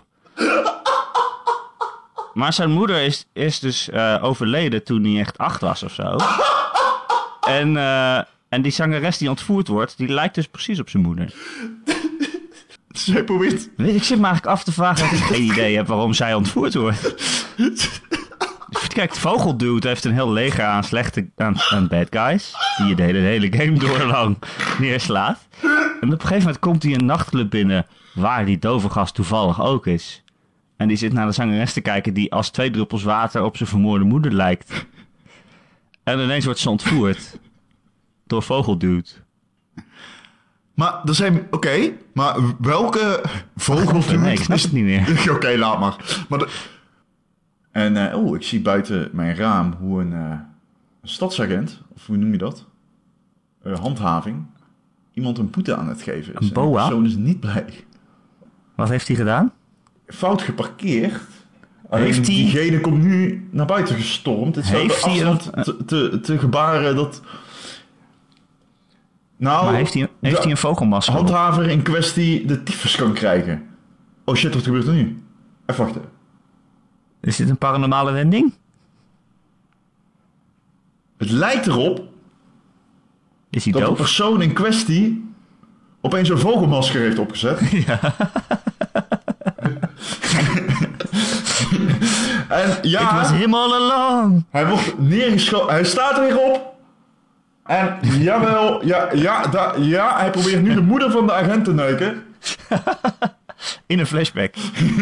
Maar zijn moeder is, is dus uh, overleden toen hij echt acht was of zo. En, uh, en die zangeres die ontvoerd wordt, die lijkt dus precies op zijn moeder. Zij probeert... Ik zit me eigenlijk af te vragen dat ik geen idee heb waarom zij ontvoerd wordt. Kijk, de vogeldude heeft een heel leger aan slechte aan, aan bad guys. Die je de hele, de hele game door lang neerslaat. En op een gegeven moment komt hij een nachtclub binnen waar die dove gast toevallig ook is. En die zit naar de zangeres te kijken die als twee druppels water op zijn vermoorde moeder lijkt. En ineens wordt ze ontvoerd. Door vogeldude. Maar er zijn... Oké, okay, maar welke vogels... Nee, ik snap het niet meer. Oké, okay, laat maar. maar de... En, uh, oh, ik zie buiten mijn raam hoe een, uh, een stadsagent, of hoe noem je dat? Uh, handhaving, iemand een boete aan het geven is. Een boa? En de persoon is niet blij. Wat heeft hij gedaan? Fout geparkeerd. Heeft hij... Diegene komt nu naar buiten gestormd. Het heeft hij een... te, te, te gebaren dat... Nou, maar heeft hij, heeft hij een vogelmasker op? Handhaver in kwestie de tyfus kan krijgen. Oh shit, wat gebeurt er nu? Even wachten. Is dit een paranormale wending? Het lijkt erop... Is hij dat doof? de persoon in kwestie opeens een vogelmasker heeft opgezet. Ja. En ja... Ik was helemaal along. Hij wordt neergeschoten. Hij staat er weer op. En jawel, ja, ja, da, ja, hij probeert nu de moeder van de agent te neuken. In een flashback.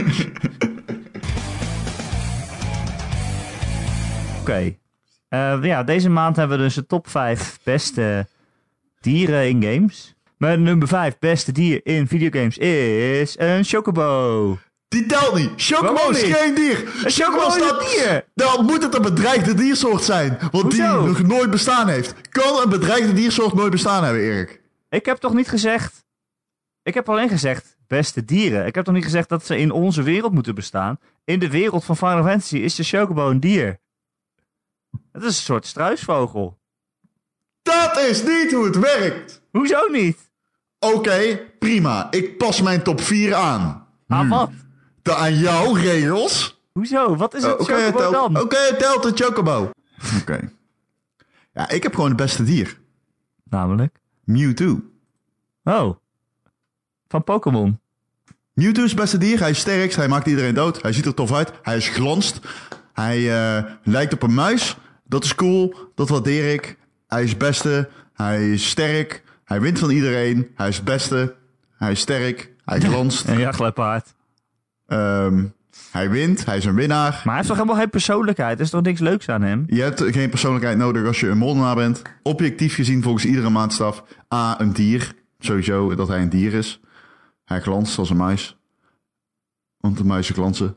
Oké. Okay. Uh, ja, deze maand hebben we dus de top vijf beste dieren in games. Mijn nummer vijf beste dier in videogames is een chocobo. Die telt niet. Chocobo is niet? geen dier. Een chocobo is een dier. Dan moet het een bedreigde diersoort zijn. Want Hoezo? die nog nooit bestaan heeft. Kan een bedreigde diersoort nooit bestaan hebben, Erik? Ik heb toch niet gezegd... Ik heb alleen gezegd beste dieren. Ik heb toch niet gezegd dat ze in onze wereld moeten bestaan. In de wereld van Final Fantasy is de chocobo een dier. Het is een soort struisvogel. Dat is niet hoe het werkt. Hoezo niet? Oké, okay, prima. Ik pas mijn top vier aan. Aan wat? De aan jouw regels. Hoezo? Wat is het uh, okay, chocobo telt, dan? Oké, okay, telt de chocobo. Oké. Okay. Ja, ik heb gewoon het beste dier. Namelijk? Mewtwo. Oh. Van Pokémon. Mewtwo is het beste dier. Hij is sterk. Hij maakt iedereen dood. Hij ziet er tof uit. Hij is glanst. Hij uh, lijkt op een muis. Dat is cool. Dat waardeer ik. Hij is het beste. Hij is sterk. Hij wint van iedereen. Hij is het beste. Hij is sterk. Hij glanst. Een jachtluipaard. Um, hij wint. Hij is een winnaar. Maar hij heeft toch helemaal geen persoonlijkheid? Er is toch niks leuks aan hem? Je hebt geen persoonlijkheid nodig als je een molenaar bent. Objectief gezien volgens iedere maatstaf. A, een dier. Sowieso dat hij een dier is. Hij glanst als een muis. Want de muizen glansen.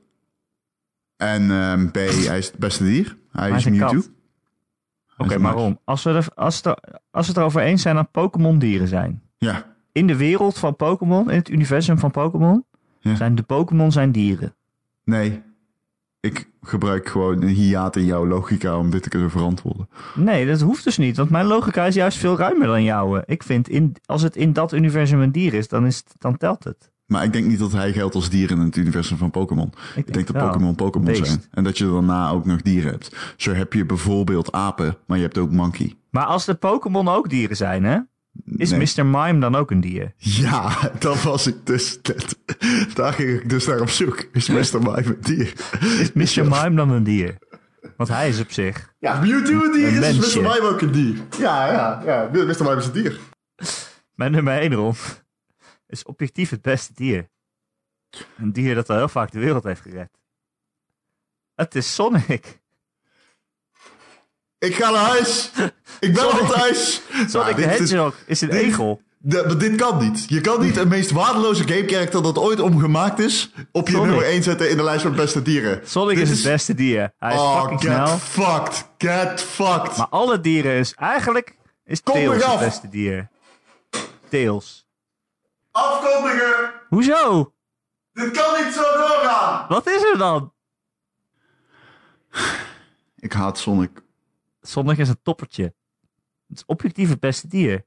En um, B, hij is het beste dier. Hij maar is Mewtwo. Oké, okay, maar waarom? Als we, er, als, er, als we het erover eens zijn dat Pokémon dieren zijn. Ja. In de wereld van Pokémon, in het universum van Pokémon, ja. zijn de Pokémon zijn dieren. Nee. Ik gebruik gewoon een hiaat in jouw logica om dit te kunnen verantwoorden. Nee, dat hoeft dus niet. Want mijn logica is juist veel ruimer dan jouwe. Ik vind, in, als het in dat universum een dier is, dan, is het, dan telt het. Maar ik denk niet dat hij geldt als dier in het universum van Pokémon. Ik, ik denk, denk dat Pokémon Pokémon zijn. En dat je daarna ook nog dieren hebt. Zo heb je bijvoorbeeld apen, maar je hebt ook monkey. Maar als de Pokémon ook dieren zijn, hè? Is nee. mister Mime dan ook een dier? Ja, dat was ik dus net. Daar ging ik dus naar op zoek. Is mister Mime een dier? Is mister Mime dan een dier? Want hij is op zich... Ja, Mewtwo een dier, een is mister Mime ook een dier. Ja, ja, ja. mister Mime is een dier. Mijn nummer één rond is objectief het beste dier. Een dier dat al heel vaak de wereld heeft gered. Het is Sonic. Ik ga naar huis. Ik ben al thuis. Sonic de Hedgehog is een egel. Dit, dit kan niet. Je kan niet een meest waardeloze game-character dat ooit omgemaakt is op je Sonic. nummer één zetten in de lijst van beste dieren. Sonic is, is het beste dier. Hij is oh, fucking get snel. fucked. Get fucked. Maar alle dieren is eigenlijk is Tails het beste dier. Tails. Afkondigen. Hoezo? Dit kan niet zo doorgaan. Wat is er dan? Ik haat Sonic. Sonic is een toppertje. Het is objectief het beste dier.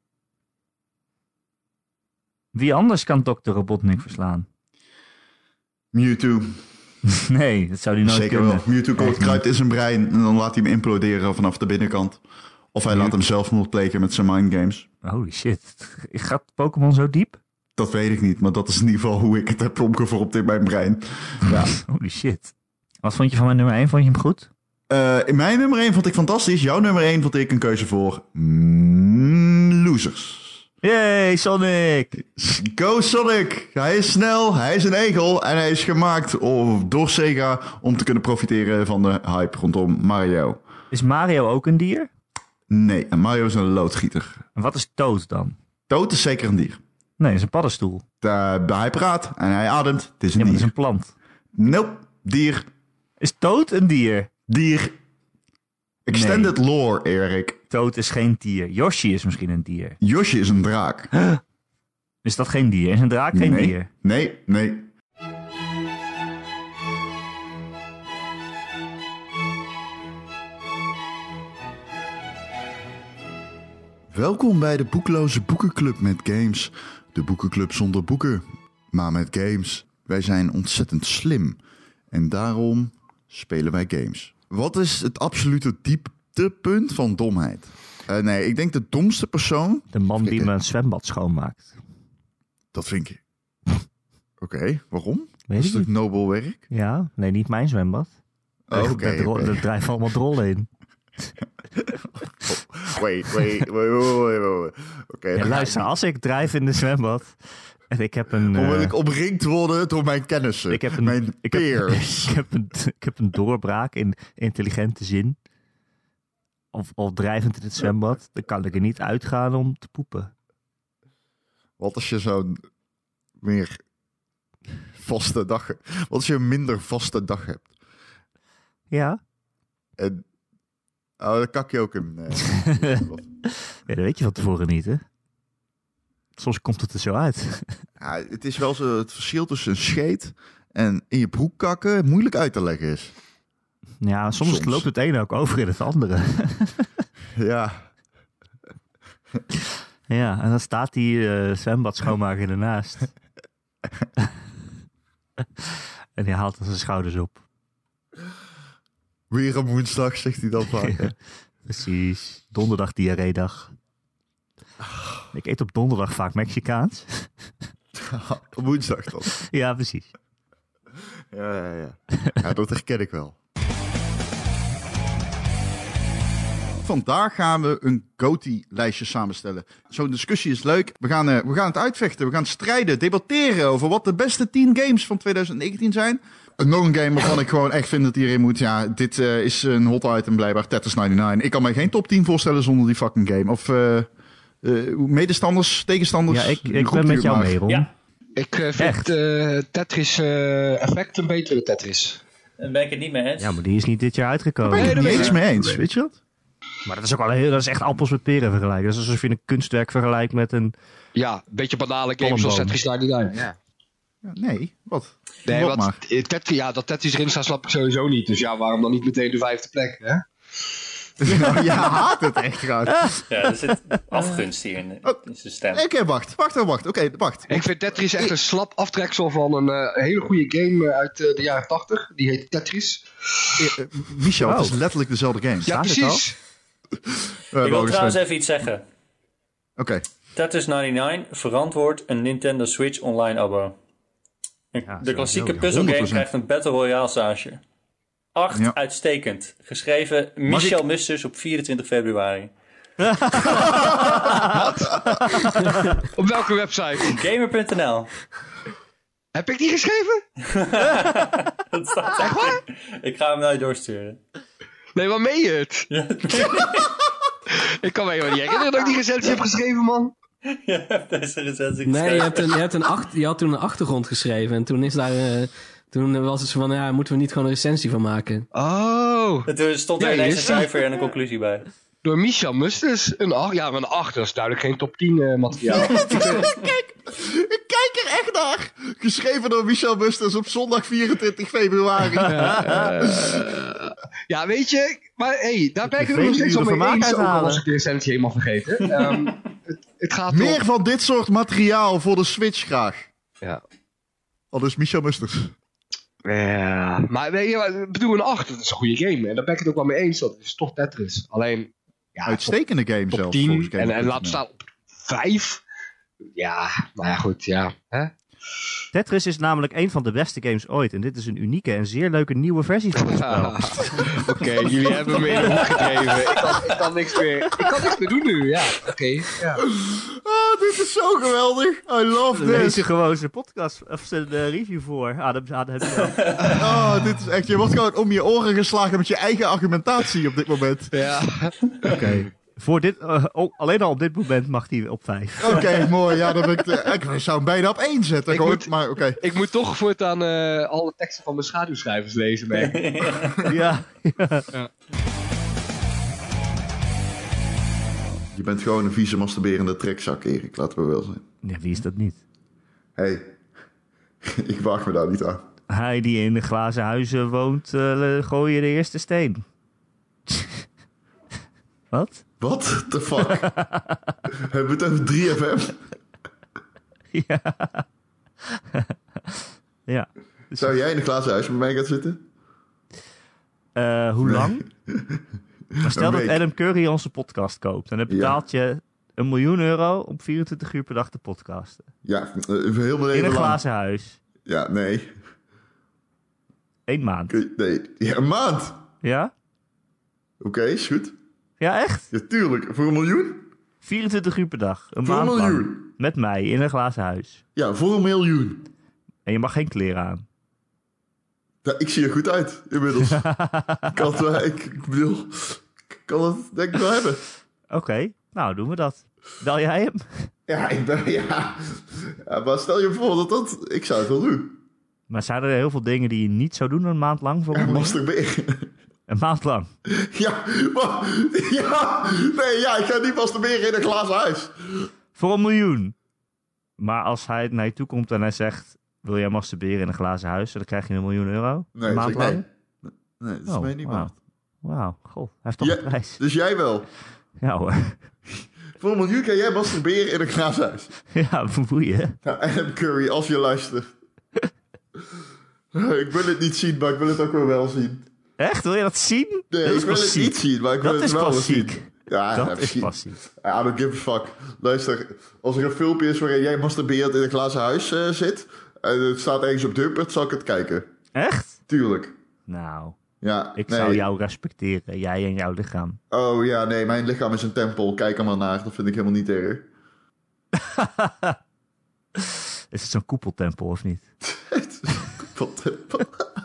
Wie anders kan dokter Robotnik verslaan? Mewtwo. Nee, dat zou hij nooit Zeker kunnen. wel. Mewtwo komt kruipt in zijn brein en dan laat hij hem imploderen vanaf de binnenkant. Of hij Mewtwo. laat hem zelfmoord plegen met zijn mindgames. Holy shit. Gaat Pokémon zo diep? Dat weet ik niet, maar dat is in ieder geval hoe ik het heb omgevormd in mijn brein. Ja. Holy shit. Wat vond je van mijn nummer één? Vond je hem goed? Uh, in mijn nummer één vond ik fantastisch. Jouw nummer één vond ik een keuze voor mm, losers. Yay, Sonic! Go Sonic! Hij is snel, hij is een egel en hij is gemaakt door Sega om te kunnen profiteren van de hype rondom Mario. Is Mario ook een dier? Nee, Mario is een loodgieter. En wat is Toad dan? Toad is zeker een dier. Nee, het is een paddenstoel. Uh, hij praat en hij ademt. Het is een ja, dier. Het is een plant. Nope, dier. Is toad een dier? Dier. Extended nee. lore, Erik. Toad is geen dier. Yoshi is misschien een dier. Yoshi is een draak. Huh? Is dat geen dier? Is een draak geen nee. dier? Nee, nee. Welkom bij de Boekloze Boekenclub met games. De boekenclub zonder boeken, maar met games. Wij zijn ontzettend slim en daarom spelen wij games. Wat is het absolute dieptepunt van domheid? Uh, nee, ik denk de domste persoon... De man die me een zwembad schoonmaakt. Dat vind ik... Oké, okay, waarom? Weet dat is toch nobel werk? Ja, nee, niet mijn zwembad. Oh, Oké, okay, Er okay. drijven allemaal drollen in. Wait, wait, wait, wait, wait. Okay, ja, luister, als ik drijf in de zwembad en ik heb een... Dan wil uh, ik omringd worden door mijn kennissen, ik heb een, mijn ik peers. Heb, ik, heb een, ik heb een doorbraak in intelligente zin. Of, of drijvend in het zwembad. Dan kan ik er niet uitgaan om te poepen. Wat als je zo'n meer vaste dag hebt? Wat als je een minder vaste dag hebt? Ja. En... Oh, dan kak je ook in. Uh, ja, dat weet je van tevoren niet, hè? Soms komt het er zo uit. Ja, het is wel zo, het verschil tussen een scheet en in je broek kakken moeilijk uit te leggen is. Ja, soms, soms. loopt het ene ook over in het andere. Ja. Ja, en dan staat die uh, zwembad schoonmaker ernaast. En die haalt dan zijn schouders op. Weer een woensdag, zegt hij dan vaak. Ja, precies. Donderdag diarreedag. Ik eet op donderdag vaak Mexicaans. Op woensdag dan? Ja, precies. Ja, ja, ja. Ja, dat herken ik wel. Vandaag gaan we een GOTY-lijstje samenstellen. Zo'n discussie is leuk. We gaan, uh, we gaan het uitvechten. We gaan strijden, debatteren over wat de beste tien games van twintig negentien zijn. Uh, nog een game waarvan ik gewoon echt vind dat hierin moet. Ja, dit uh, is een hot item blijkbaar. Tetris negenennegentig. Ik kan mij geen top tien voorstellen zonder die fucking game. Of uh, uh, medestanders, tegenstanders. Ja, ik, ik ben met jou mee, Ron. Ja. Ik uh, vind uh, Tetris uh, Effect een betere Tetris. Daar ben ik het niet mee eens. Ja, maar die is niet dit jaar uitgekomen. Daar ben ik het niet eens mee eens, weet je dat? Maar dat is ook wel heel, dat is echt appels met peren vergelijken. Dat is alsof je een kunstwerk vergelijkt met een... Ja, een beetje banale games zoals Tetris negenennegentig. Ja. Ja, nee, wat? Nee, wat wat, Tetris, ja, dat Tetris erin staat snap ik sowieso niet. Dus ja, waarom dan niet meteen de vijfde plek, hè? Nou, je haat het echt graag. Ja, er zit afgunst hier in, oh, in zijn stem. Oké, okay, wacht, wacht, wacht. Oké, okay, wacht. Ik vind Tetris echt een slap aftreksel van een uh, hele goede game uit uh, de jaren tachtig. Die heet Tetris. Uh, uh, Michel, wow. Het is letterlijk dezelfde game. Ja, Staat precies. Uh, ik wil trouwens even iets zeggen. Oké. Okay. Tetris negenennegentig verantwoord een Nintendo Switch online abo. Ja, de klassieke puzzelgame krijgt een Battle Royale sausje. acht ja. Uitstekend. Geschreven Michel ik... Musters op vierentwintig februari. Wat? Op welke website? Gamer punt n l. Heb ik die geschreven? Dat staat echt waar? Ik ga hem naar je doorsturen. Nee, waar meen je het? Ja, ik kan me helemaal niet herinneren dat ik die recensie heb geschreven, man. Je hebt deze recensie geschreven. Nee, je, hebt een, je, hebt een acht, je had toen een achtergrond geschreven. En toen is daar... Uh, toen was het zo van, ja, moeten we niet gewoon een recensie van maken? Oh. En toen stond er ja, ineens een cijfer en een conclusie bij. Door Michel Musters. Een acht. Ja, maar een acht. Dat is duidelijk geen top tien uh, materiaal. Kijk, ik kijk er echt naar. Geschreven door Michel Musters op zondag vierentwintig februari. Ja, uh, ja weet je. Maar hé, hey, daar ben ik het nog steeds al mee eens. Ook al was ik de recensie helemaal vergeten. Um, het, het gaat Meer om... van dit soort materiaal voor de Switch graag. Ja. Al dus Michel Musters. Ja, maar weet je, ik bedoel een acht, dat is een goede game. En daar ben ik het ook wel mee eens, dat is toch Tetris. Alleen, ja, uitstekende top, game top zelfs. tien, en, en laat staan op vijf. Ja, maar ja goed, ja. Hè? Tetris is namelijk een van de beste games ooit. En dit is een unieke en zeer leuke nieuwe versie van het spel. Oké, okay, jullie hebben me in de hoek gedreven. Ik kan, ik kan niks meer. Ik kan niks meer doen nu, ja. Oké. Okay, ja. Oh, dit is zo geweldig. I love this. Lees je gewoon zijn podcast of zijn uh, review voor. Ah, dat, ah, dat heb je wel. Oh, dit is echt. Je wordt gewoon om je oren geslagen met je eigen argumentatie op dit moment. Ja. Oké. Okay. Voor dit, uh, oh, alleen al op dit moment mag hij op vijf. Oké, okay, mooi. Ja, dan ben ik, uh, ik zou hem bijna op één zetten. Ik, gewoon, moet, maar, okay. ik moet toch voortaan uh, alle teksten van mijn schaduwschrijvers lezen. Mee. ja, ja. ja. Je bent gewoon een vieze masturberende trekzak, Erik. Laten we wel zijn. Ja, wie is dat niet? Hé, hey, ik waag me daar niet aan. Hij die in de glazen huizen woont, uh, gooi je de eerste steen. Wat? Wat? The fuck? Hebben we het over drie F M? ja. ja. Zou jij in de glazen huis met mij gaan zitten? Uh, hoe lang? Maar stel dat Adam Curry onze podcast koopt. En dan betaalt ja. je een miljoen euro om vierentwintig uur per dag te podcasten. Ja, uh, heel mijn leven in een lang. glazen huis. Ja, nee. Eén maand. Nee, ja, een maand? Ja. Oké, okay, is goed. Ja, echt? Ja, tuurlijk. Voor een miljoen? vierentwintig uur per dag. Een voor maand een miljoen? Lang. Met mij in een glazen huis. Ja, voor een miljoen. En je mag geen kleren aan. Ja, ik zie er goed uit, inmiddels. ik, kan het, wel, ik, ik bedoel, ik kan het denk ik wel hebben. Oké, okay, nou doen we dat. Bel jij hem? Ja, ik ben, ja. ja. Maar stel je voor dat dat... Ik zou het wel doen. Maar zijn er heel veel dingen die je niet zou doen een maand lang? Voor ja, masturberen. Een maand lang? Ja, maar... Ja, nee, ja, ik ga niet masturberen in een glazen huis. Voor een miljoen. Maar als hij naar je toe komt en hij zegt... Wil jij masturberen in een glazen huis? Dan krijg je een miljoen euro. Nee, een maand nee. lang? Nee, nee, dat is oh, mij niet wow. waard. Wauw, goh. Hij heeft toch ja, een prijs. Dus jij wel? Ja hoor. Voor een miljoen kan jij masturberen in een glazen huis. Ja, boeien. Nou, Adam Curry, als je luistert. Ik wil het niet zien, maar ik wil het ook wel wel zien. Echt? Wil je dat zien? Nee, dat ik wil het niet zien, maar ik wil dat het is wel klassiek. zien. Ja, dat ja, is passief. I don't give a fuck. Luister, als er een filmpje is waarin jij masturbeert in een glazen huis uh, zit... en het staat ergens op Dumpert, zal ik het kijken. Echt? Tuurlijk. Nou, ja, ik nee. zou jou respecteren. Jij en jouw lichaam. Oh ja, nee, mijn lichaam is een tempel. Kijk er maar naar, dat vind ik helemaal niet erg. Is het zo'n koepeltempel of niet? Het is een koepeltempel.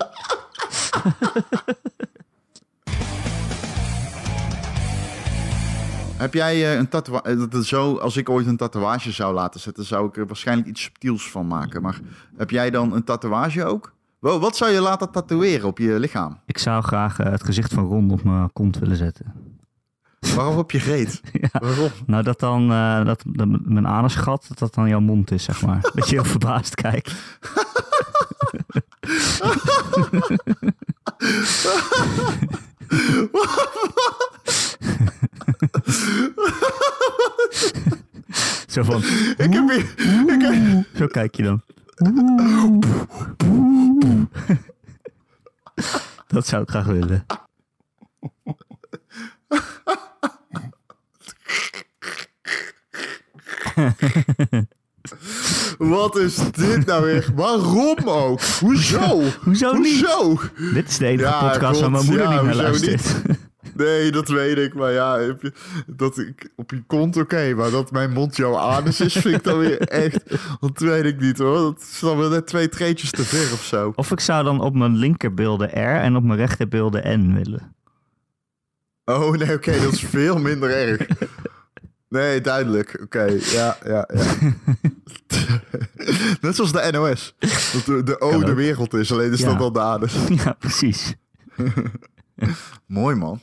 Heb jij uh, een tatoeage... Zo, als ik ooit een tatoeage zou laten zetten... zou ik er waarschijnlijk iets subtiels van maken. Maar heb jij dan een tatoeage ook? Wow, wat zou je laten tatoeëren op je lichaam? Ik zou graag uh, het gezicht van Ron op mijn kont willen zetten. Waarom op je reet? Ja, waarom? Nou, dat dan... Uh, dat, dat mijn anusgat, dat dat dan jouw mond is, zeg maar. Dat je heel verbaasd kijkt. Zo van... Ik heb hier... Ik heb... Zo kijk je dan. Dat zou ik graag willen. Wat is dit nou weer? Waarom ook? Hoezo? Hoezo niet? Hoezo? Dit is de enige ja, podcast waar mijn moeder ja, niet naar luistert. Niet? Nee, dat weet ik. Maar ja, je, dat ik op je kont oké. Okay, maar dat mijn mond jouw anus is, vind ik dan weer echt... Dat weet ik niet hoor. Dat is dan wel net twee treetjes te ver of zo. Of ik zou dan op mijn linkerbeelden R en op mijn rechterbeelden N willen. Oh nee, oké. Okay, dat is veel minder erg. Nee, duidelijk. Oké, okay, ja, ja, ja. Net zoals de N O S. Dat de, de O de wereld is, alleen is ja. dat dan de anus. Ja, precies. Mooi, man.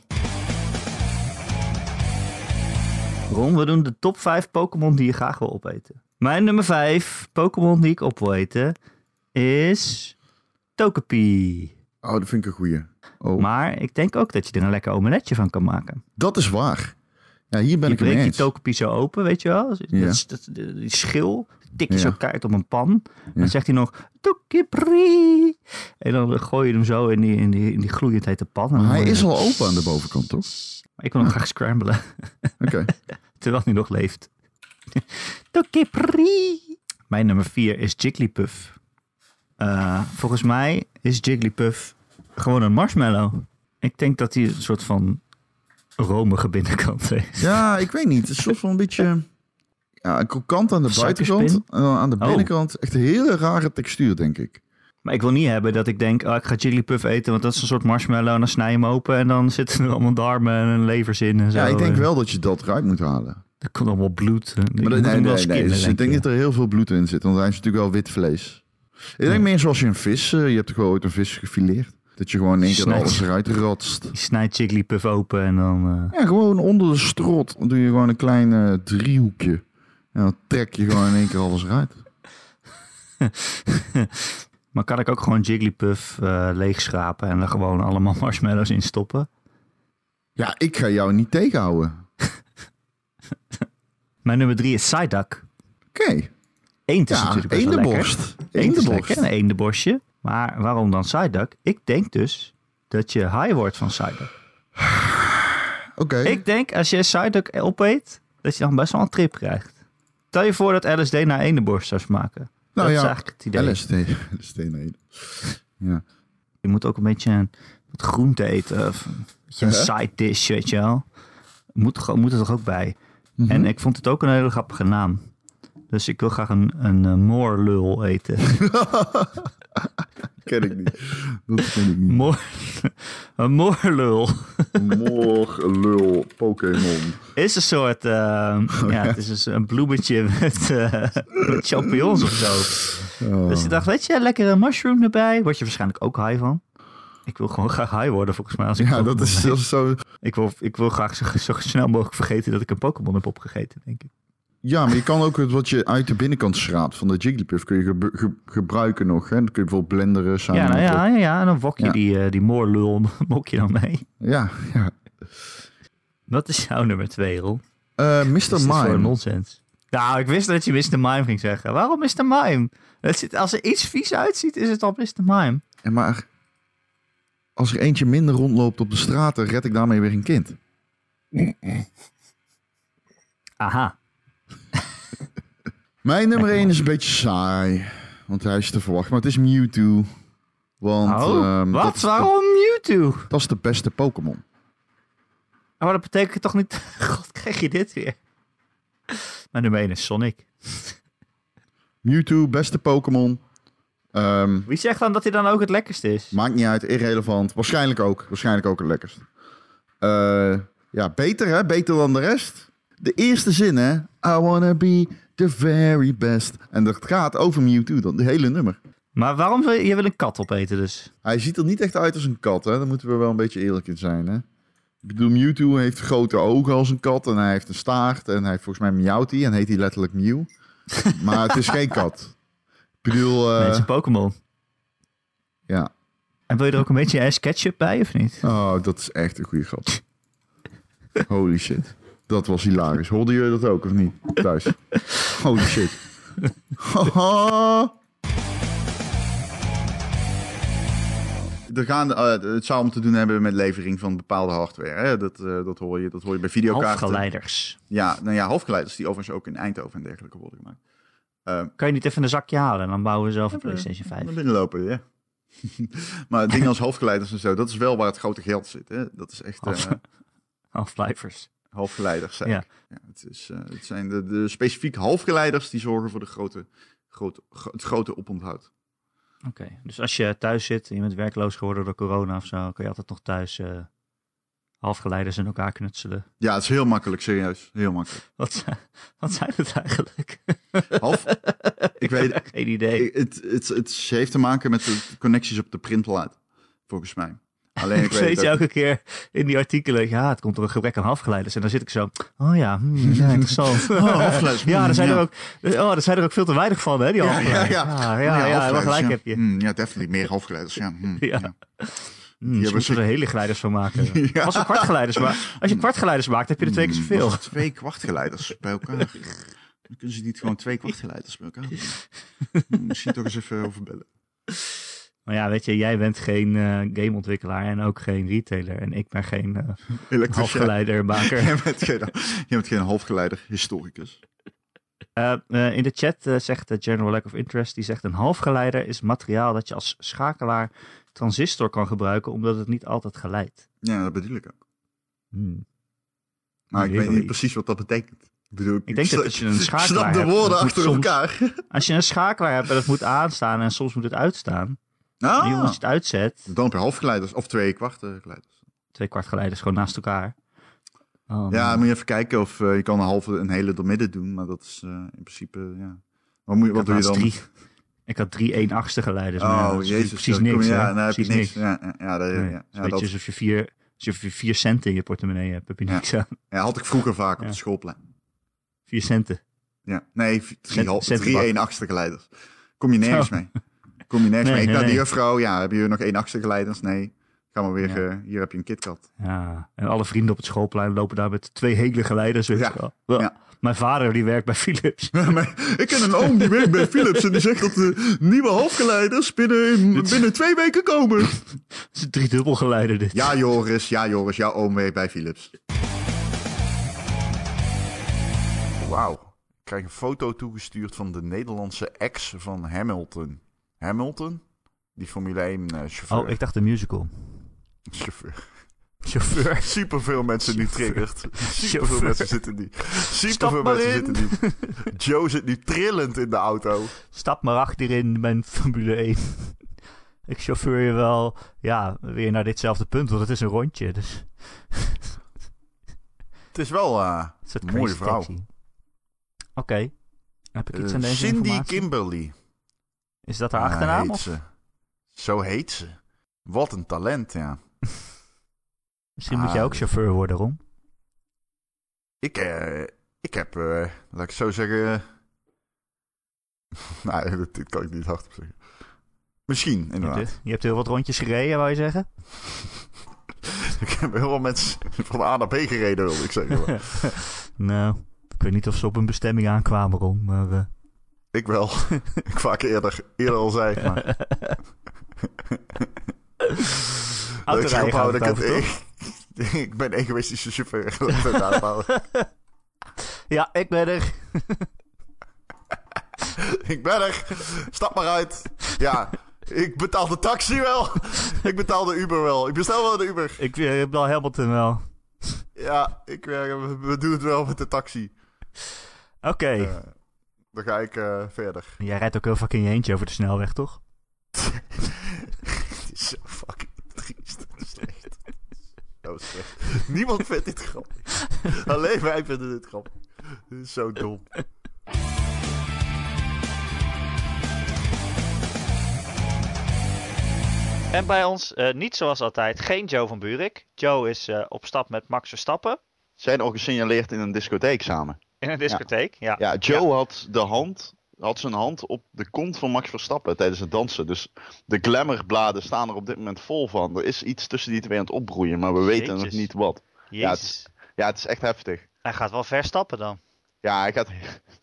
Ron, we doen de top vijf Pokémon die je graag wil opeten. Mijn nummer vijf Pokémon die ik op wil eten is Togepi. Oh, dat vind ik een goeie. Oh. Maar ik denk ook dat je er een lekker omeletje van kan maken. Dat is waar. Ja, hier ben je ik mee eens. Je breekt je Togepi zo open, weet je wel? Ja. Dat, dat, die schil, tik je ja. zo keihard op een pan. Ja. Dan zegt hij nog, Togepi. En dan gooi je hem zo in die, in die, in die gloeiend hete pan. Maar hij je... is al open aan de bovenkant, toch? Maar ik wil hem graag scramblen. Oké. Okay. Terwijl hij nog leeft. Togepi. Mijn nummer vier is Jigglypuff. Uh, volgens mij is Jigglypuff gewoon een marshmallow. Ik denk dat hij een soort van romige binnenkant heeft. Ja, ik weet niet. Het is een soort van een beetje... Ja, een krokant aan de buitenkant. En aan de binnenkant oh. echt een hele rare textuur, denk ik. Maar ik wil niet hebben dat ik denk, oh, ik ga Jigglypuff eten, want dat is een soort marshmallow. En dan snij je hem open en dan zitten er allemaal darmen en levers in en zo. Ja, ik denk wel dat je dat eruit moet halen. Er komt allemaal bloed. Maar nee, nee, nee, nee. Dus ik denk dat er heel veel bloed in zit, want hij is natuurlijk wel wit vlees. Ik denk ja. meer zoals je een vis, uh, je hebt toch wel ooit een vis gefileerd? Dat je gewoon in één keer alles eruit rotst. Je snijdt Jigglypuff open en dan... Uh... Ja, gewoon onder de strot. Dan doe je gewoon een klein uh, driehoekje. En dan trek je gewoon in één keer alles eruit. Maar kan ik ook gewoon Jigglypuff uh, leegschrapen en er gewoon allemaal marshmallows in stoppen? Ja, ik ga jou niet tegenhouden. Mijn nummer drie is Psyduck. Oké. Okay. Eend is ja, natuurlijk best wel eendenborst. lekker. Eend is lekker, een eendenborstje. Maar waarom dan Psyduck? Ik denk dus dat je high wordt van Psyduck. Oké. Okay. Ik denk als je Psyduck opeet, dat je dan best wel een trip krijgt. Stel je voor dat L S D naar eendenborst zou smaken. Nou dat ja, is eigenlijk het idee. L S D. L S D nee. Ja. Je moet ook een beetje een, wat groente eten. Of een, beetje een side dish, weet je wel. Moet, moet er toch ook bij. Mm-hmm. En ik vond het ook een hele grappige naam. Dus ik wil graag een, een, een moorlul eten. Ken ik niet. Dat ken ik niet. Moor, een moorlul. Moorlul Pokémon. Is een soort... Uh, oh, ja, ja, het is dus een bloemetje met, uh, met champignons of zo. Oh. Dus ik dacht, weet je, lekkere mushroom erbij. Word je waarschijnlijk ook high van. Ik wil gewoon graag high worden, volgens mij. Als ik ja, dat is, dat is zo... Ik wil, ik wil graag zo, zo snel mogelijk vergeten dat ik een Pokémon heb opgegeten, denk ik. Ja, maar je kan ook wat je uit de binnenkant schraapt van de Jigglypuff kun je ge- ge- gebruiken nog. Hè? Dan kun je bijvoorbeeld blenderen. Samen ja, nou ja, ja, ja, en dan wok je ja. die, uh, die moorlul mok je dan mee. Ja, ja. Wat is jouw nummer twee, Ron? Uh, mister Mime. Voor nonsens. Nou, ik wist dat je mister Mime ging zeggen. Waarom mister Mime? Het zit, als er iets vies uitziet, is het al mister Mime. Ja, maar als er eentje minder rondloopt op de straten, red ik daarmee weer een kind. Aha. Mijn nummer één is een beetje saai. Want hij is te verwachten. Maar het is Mewtwo. Want, oh, um, wat? Waarom de, Mewtwo? Dat is de beste Pokémon. Oh, maar dat betekent toch niet... God, krijg je dit weer? Mijn nummer één is Sonic. Mewtwo, beste Pokémon. Um, Wie zegt dan dat hij dan ook het lekkerst is? Maakt niet uit, irrelevant. Waarschijnlijk ook. Waarschijnlijk ook het lekkerst. Uh, ja, beter hè? Beter dan de rest. De eerste zin hè? I wanna be the very best. En dat gaat over Mewtwo dan, de hele nummer. Maar waarom wil je, je wil een kat opeten dus? Hij ziet er niet echt uit als een kat, hè? Daar moeten we wel een beetje eerlijk in zijn, hè? Ik bedoel, Mewtwo heeft grote ogen als een kat en hij heeft een staart en hij heeft volgens mij miauwt hij en heet hij letterlijk Mew. Maar het is geen kat. Ik bedoel... Uh... Nee, het is een Pokémon. Ja. En wil je er ook een beetje Ash Ketchup bij of niet? Oh, dat is echt een goede grap. Holy shit. Dat was hilarisch. Hoorden jullie dat ook of niet? Thuis. Holy shit. Er gaan, uh, het zou om te doen hebben met levering van bepaalde hardware. Hè? Dat, uh, dat, hoor je, dat hoor je bij videokaarten. Halfgeleiders. Ja, nou ja, halfgeleiders die overigens ook in Eindhoven en dergelijke worden gemaakt. Uh, kan je niet even een zakje halen en dan bouwen we zelf een PlayStation vijf? Naar binnen lopen, ja. Maar dingen als halfgeleiders en zo, dat is wel waar het grote geld zit. Hè? Dat is echt... Uh, Half-lifers. Halfgeleiders, zei ja. ik. Ja, het, is, uh, het zijn de, de specifieke halfgeleiders die zorgen voor de grote, grote, het grote oponthoud. Oké, okay. Dus als je thuis zit en je bent werkloos geworden door corona of zo, kun je altijd nog thuis uh, halfgeleiders in elkaar knutselen. Ja, het is heel makkelijk, serieus. Heel makkelijk. Wat zijn, wat zijn het eigenlijk? Half? Ik weet geen idee. Het, het, het heeft te maken met de connecties op de printplaat, volgens mij. Alleen ik weet weet je elke keer in die artikelen, ja, het komt door een gebrek aan halfgeleiders. En dan zit ik zo, oh ja, hmm, ja interessant. Oh, halfgeleiders. Ja, er zijn, ja. Er ook, oh, er zijn er ook veel te weinig van, hè, die halfgeleiders. Ja, ja, ja, ja, ja, ja, ja gelijk ja. heb je. Mm, ja, definitely, meer halfgeleiders, ja. Mm, ja. ja. Mm, je moet ze... er hele geleiders van maken. Ja. Als, kwartgeleiders ma- als je kwartgeleiders maakt, heb je er twee keer zoveel. Mm, twee kwartgeleiders bij elkaar. Dan kunnen ze niet gewoon twee kwartgeleiders bij elkaar doen. Misschien toch eens even over bellen. Maar ja, weet je, jij bent geen uh, gameontwikkelaar en ook geen retailer. En ik ben geen uh, halfgeleidermaker. Jij bent geen, jij bent geen halfgeleider historicus. Uh, uh, in de chat uh, zegt uh, General Lack of Interest, die zegt een halfgeleider is materiaal dat je als schakelaar transistor kan gebruiken, omdat het niet altijd geleidt. Ja, dat bedoel ik ook. Hmm. Maar ik weet niet precies wat dat betekent. Ik, bedoel, ik, ik denk sla- dat als je een schakelaar snap de hebt, woorden achter soms, elkaar. Als je een schakelaar hebt en het moet aanstaan en soms moet het uitstaan, Ah. Nu als je het uitzet... Dan heb je halfgeleiders of twee kwartgeleiders. Twee kwartgeleiders gewoon naast elkaar. Oh, ja, dan moet je even kijken of uh, je kan een halve, een hele door midden doen. Maar dat is uh, in principe, ja. Wat, moet je, wat doe je dan? Drie, ik had drie één achtste geleiders. Oh, maar ja, jezus. Precies niks, je, hè? Ja, dan heb je precies niks. niks. Ja, ja, ja, dat, nee, ja, ja, weet dat... je, alsof je vier... Als je vier centen in je portemonnee hebt, heb je niks ja. aan. Ja, had ik vroeger vaak ja. op de schoolplein. Vier centen? Ja, nee, drie, Cent, drie één achtste geleiders. Kom je nergens oh. mee. Kom je nergens nee, mee. Ik nee, naar nee. de juffrouw, ja, heb je nog één achtste geleiders? Nee. Ga maar weer, ja. uh, hier heb je een KitKat. Ja, en alle vrienden op het schoolplein lopen daar met twee hele geleiders. Weet ja. je wel. Ja. Mijn vader die werkt bij Philips. Ik ken een oom die werkt bij Philips en die zegt dat de nieuwe halfgeleiders binnen, binnen twee weken komen. Het is een driedubbelgeleider dit. Ja Joris, ja Joris, jouw oom werkt bij Philips. Wauw, ik krijg een foto toegestuurd van de Nederlandse ex van Hamilton. Hamilton? Die Formule één uh, chauffeur. Oh, ik dacht de musical. Chauffeur. Chauffeur. Superveel mensen nu triggerd. Superveel mensen zitten nu. Superveel mensen in. zitten nu. Joe zit nu trillend in de auto. Stap maar achterin mijn Formule één. Ik chauffeur je wel, ja, weer naar ditzelfde punt, want het is een rondje. Dus. Het is wel uh, een mooie vrouw. Oké. Okay. Heb ik iets uh, aan deze Cindy informatie? Kimberly. Is dat haar achternaam? Heet of? Ze. Zo heet ze. Wat een talent, ja. Misschien ah, moet jij ook chauffeur worden, Ron. Ik, uh, ik heb, uh, laat ik zo zeggen... nou, dit, dit kan ik niet hardop zeggen. Misschien, inderdaad. Je hebt, je hebt heel wat rondjes gereden, wou je zeggen? Ik heb heel veel mensen van A naar B gereden, wilde ik zeggen. Nou, ik weet niet of ze op een bestemming aankwamen, Ron, maar... Uh... Ik wel. Ik vaak eerder, eerder al zei, maar... ik zeg ophouden dat ik het... Ik, ik ben egoïstische chauffeur. Ja, ik ben er. Ik ben er. Stap maar uit. Ja, ik betaal de taxi wel. Ik betaal de Uber wel. Ik bestel wel de Uber. Ik betaal Hamilton wel. Ja, ik, we, we doen het wel met de taxi. Oké. Okay. Uh, dan ga ik uh, verder. Jij rijdt ook heel vaak in je eentje over de snelweg, toch? Het is zo fucking triest. Slecht. Zo slecht. Niemand vindt dit grappig. Alleen wij vinden dit grappig. Dit is zo dom. En bij ons, uh, niet zoals altijd, geen Joe van Buurik. Joe is uh, op stap met Max Verstappen. Zijn al gesignaleerd in een discotheek samen. In een discotheek, ja. Ja, ja Joe ja. had de hand... had zijn hand op de kont van Max Verstappen tijdens het dansen. Dus de glamourbladen staan er op dit moment vol van. Er is iets tussen die twee aan het opbroeien, maar we weten Jeetjes. nog niet wat. Ja het, is, ja, het is echt heftig. Hij gaat wel ver stappen dan. Ja, hij gaat...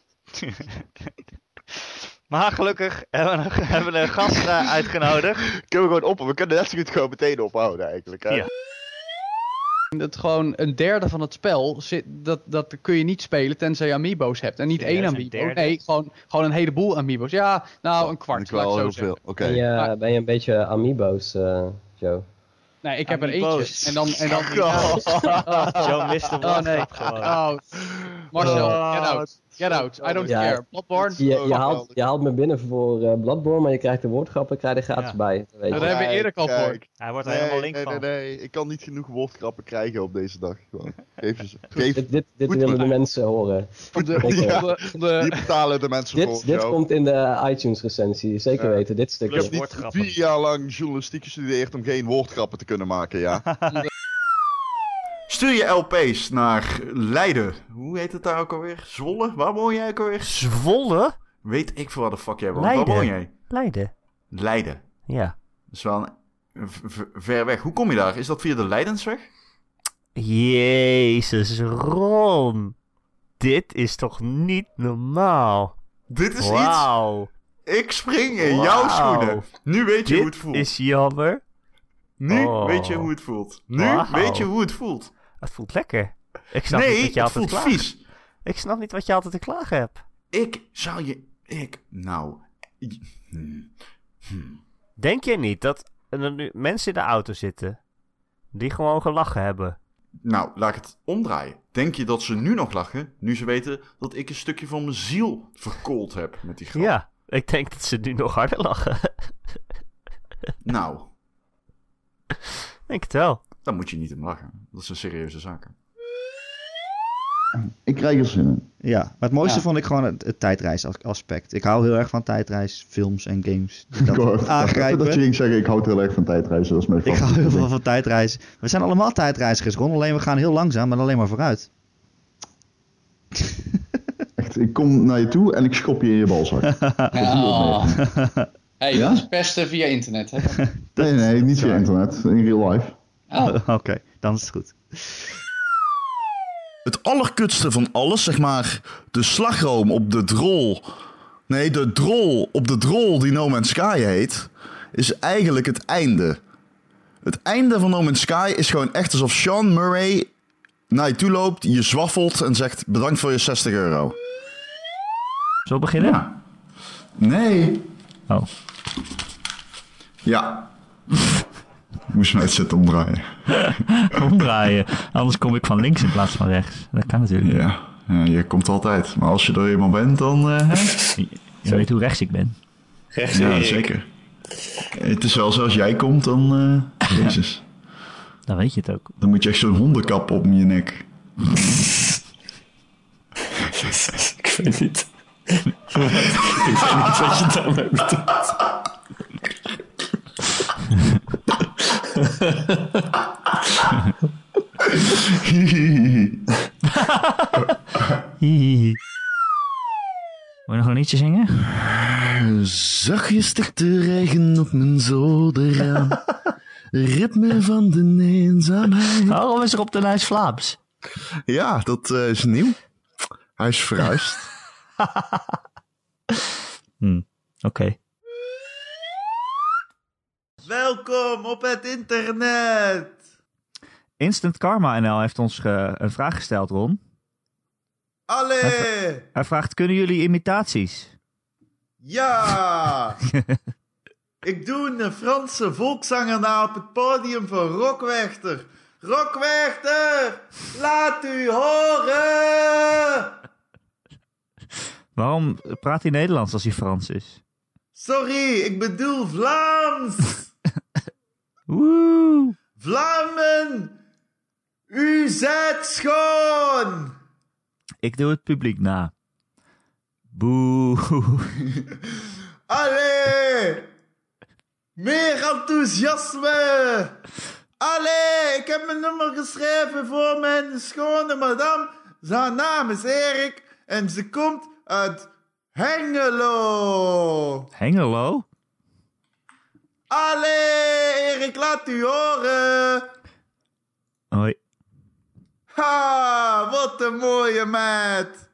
Maar gelukkig hebben we, hebben we een gast uh, uitgenodigd. Kunnen we gewoon op, we kunnen net zo goed gewoon meteen ophouden eigenlijk. Hè? Ja. Dat gewoon een derde van het spel, zit, dat, dat kun je niet spelen tenzij je amiibo's hebt. En niet één amiibo, nee, gewoon, gewoon een heleboel amiibo's. Ja, nou een kwart, laat ik zo zeggen. Okay. Ben, je, ben je een beetje amiibo's, uh, Joe? Nee, ik heb amiibo's. er eentje. En dan... En dan oh. Joe mist hem. Oh nee. Oh. Marcel, oh. get out. Get out. I don't ja, care. Bloodborne. Je, je, haalt, je haalt me binnen voor uh, Bloodborne, maar je krijgt de woordgrappen krijg je gratis ja. bij. Weet dat hebben we eerder al voor. Hij wordt er nee, helemaal link nee, van. Nee, nee, nee. Ik kan niet genoeg woordgrappen krijgen op deze dag. Geef ze. Geef. Dit, dit, dit willen de mensen horen. De, de, ja, de, die betalen de mensen dit, voor. Dit Joe. komt in de iTunes recensie. Zeker ja. weten. Dit stukje. Ik heb niet vier jaar lang journalistiek gestudeerd om geen woordgrappen te kunnen maken, ja. Stuur je L P's naar Leiden. Hoe heet het daar ook alweer? Zwolle? Waar woon jij ook alweer? Zwolle? Weet ik voor wat de fuck jij woont. Leiden. Waar woon jij? Leiden. Leiden. Ja. Dat is wel een, v- ver weg. Hoe kom je daar? Is dat via de Leidensweg? Jezus, Ron. Dit is toch niet normaal? Dit is wow. iets... Ik spring in wow. jouw schoenen. Nu weet je Dit hoe het voelt. Dit is jammer. Nu oh. weet je hoe het voelt. Nu wow. weet je hoe het voelt. Het voelt lekker. Ik snap nee, niet wat je het altijd voelt klaagt. vies. Ik snap niet wat je altijd te klagen hebt. Ik zou je... Ik... Nou... Hmm. Hmm. Denk je niet dat er nu mensen in de auto zitten die gewoon gelachen hebben? Nou, laat ik het omdraaien. Denk je dat ze nu nog lachen, nu ze weten dat ik een stukje van mijn ziel verkoold heb met die grap? Ja, ik denk dat ze nu nog harder lachen. Nou. Denk het wel. Daar moet je niet om lachen. Dat is een serieuze zaak. Ik krijg er zin in. Ja, maar het mooiste Ja. vond ik gewoon het, het tijdreisaspect. Ik hou heel erg van tijdreisfilms en games. Die dat Ik hoor- aangrijpen. Dat je ging zeggen, ik houd heel erg van tijdreizen. Dat is mijn Ik hou heel favoriete veel ding. van tijdreizen. We zijn allemaal tijdreizigers, Ron. Alleen we gaan heel langzaam, maar alleen maar vooruit. Echt, ik kom naar je toe en ik schop je in je balzak. Ja. Hey, Ja? dat is pesten via internet, hè? Nee, nee, niet via internet. In real life. Oh. Oké, okay, dan is het goed. Het allerkutste van alles, zeg maar, de slagroom op de drol. Nee, de drol op de drol die No Man's Sky heet, is eigenlijk het einde. Het einde van No Man's Sky is gewoon echt alsof Sean Murray naar je toe loopt, je zwaffelt en zegt bedankt voor je zestig euro. Zo beginnen? Ja. Nee. Oh. Ja. Ik moest mij het zitten omdraaien. Omdraaien. Anders kom ik van links in plaats van rechts. Dat kan natuurlijk. Ja, ja je komt altijd. Maar als je er eenmaal bent, dan... Uh, je, je weet hoe rechts ik ben. Rechts ja, Erik. Zeker. Het is wel zo, als jij komt, dan... Uh, Jezus. Dan weet je het ook. Dan moet je echt zo'n hondenkap op je nek. Ik weet niet. Ik weet niet wat je daarmee bedoelt. Wil je nog een liedje zingen? Zachtjes stikt de regen op mijn zolderraam. Ritme van de eenzaamheid. Waarom is er op de lijst Vlaams? Ja, dat uh, is nieuw. Hij is verhuisd. hmm, Oké. Okay. Welkom op het internet. Instant Karma N L heeft ons ge- een vraag gesteld, Ron. Allee! Hij, vra- hij vraagt, kunnen jullie imitaties? Ja! Ik doe een Franse volkszanger na op het podium van Rockwerchter. Rockwerchter, laat u horen! Waarom praat hij Nederlands als hij Frans is? Sorry, ik bedoel Vlaams! Woe! Vlammen, u zijt schoon! Ik doe het publiek na. Boe! Allee! Meer enthousiasme! Allee, ik heb mijn nummer geschreven voor mijn schone madame. Zijn naam is Erik en ze komt uit Hengelo. Hengelo? Allee, Erik, laat u horen. Hoi. Ha, wat een mooie meid.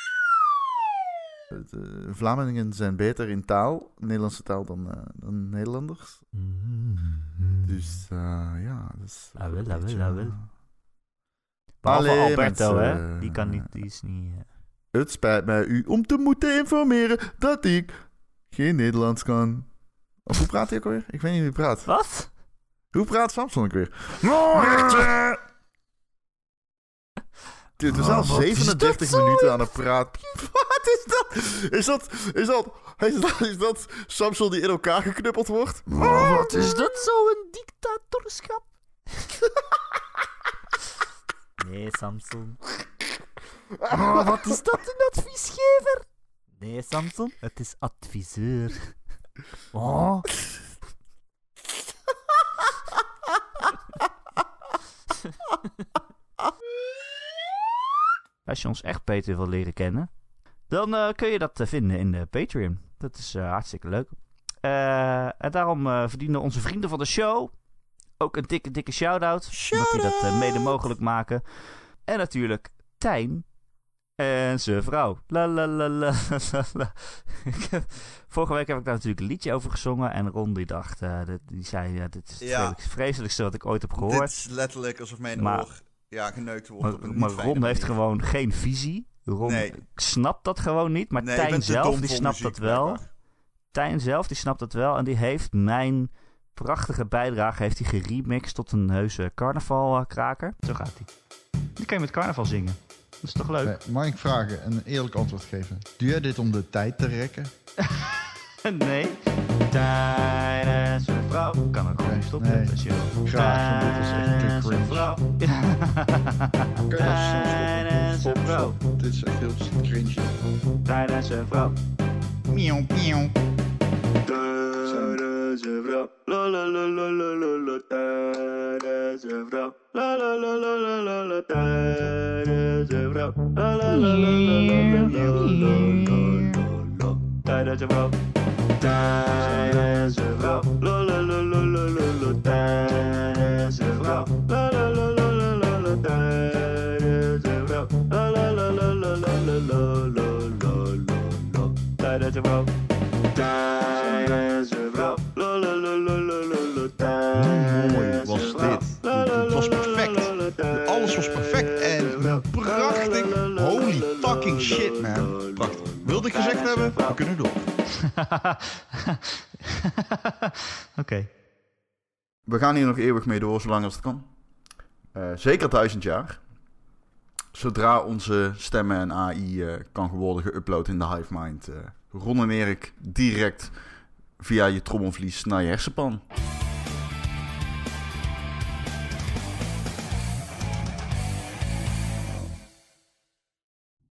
De Vlamingen zijn beter in taal, Nederlandse taal, dan, uh, dan Nederlanders. Mm-hmm. Dus uh, ja, dat is... Ah, wel, ah, wel, ah, wel. Behalve Alberto, mensen, hè? Die kan niet, die is niet... Uh... Het spijt mij u om te moeten informeren dat ik geen Nederlands kan. Of hoe praat hij ook alweer? Ik weet niet hoe hij praat. Wat? Hoe praat Samson ook weer? Noorten! Dude, we zijn al zevenendertig minuten aan het praten. Wat is dat? Is dat, is dat, is dat, is dat Samson die in elkaar geknuppeld wordt? Oh, wat is dat zo, een dictatorschap? Nee, Samson. Oh, wat is dat, een adviesgever? Nee, Samson, het is adviseur. Oh. Als je ons echt beter wil leren kennen, dan uh, kun je dat uh, vinden in de Patreon. Dat is uh, hartstikke leuk. Uh, en daarom uh, verdienen onze vrienden van de show ook een dikke, dikke shout-out. Shout omdat die dat uh, mede mogelijk maken. En natuurlijk Tijn en zijn vrouw. La la la la la la. Vorige week heb ik daar natuurlijk een liedje over gezongen. En Ron die dacht, uh, dit, die zei, ja, dit is het ja. vreselijkste wat ik ooit heb gehoord. Dit is letterlijk alsof mijn maar, oor ja, geneukt wordt. Maar, op een maar Ron manier. heeft gewoon geen visie. Ron nee. snapt dat gewoon niet. Maar nee, Tijn zelf, die snapt muziek, dat wel. blijkbaar. Tijn zelf, die snapt dat wel. En die heeft mijn prachtige bijdrage heeft hij geremixed tot een heuse carnavalkraker. Zo gaat hij. Die kan je met carnaval zingen. Dat is toch leuk? Nee, mag ik vragen en een eerlijk antwoord geven? Doe jij dit om de tijd te rekken? Nee. Tijdens het vrouw. Kan ook gewoon stoppen Nee. als je wil. Graag, want dit is echt te Tijdens een cringe. vrouw. Kan je dat snel stoppen? Tijdens een Stop, vrouw. stop. Dit is echt heel cringe. Tijdens een vrouw. Miauw, miauw. Tijdens een vrouw. La la la la la la la. Tijdens een vrouw. La la la la la la la. Tijdens een vrouw. La la la la la la la. Tijdens een vrouw. Tijdens een vrouw. La la la la la la la. Tijdens een vrouw. La la la la la la la. Tijdens een vrouw. La la la la la la la la la. Tijdens een vrouw. Tijdens een vrouw. La la la la la la la. Hoe mooi was dit? Het was perfect. Alles was perfect en prachtig. Holy fucking shit, man. Prachtig. Wilde ik gezegd hebben? We kunnen door. Oké. Okay. We gaan hier nog eeuwig mee door, zolang als het kan. Uh, zeker duizend jaar. Zodra onze stemmen en A I uh, kan worden geüpload in de Hivemind, uh, rondeneer ik direct via je trommelvlies naar je hersenpan.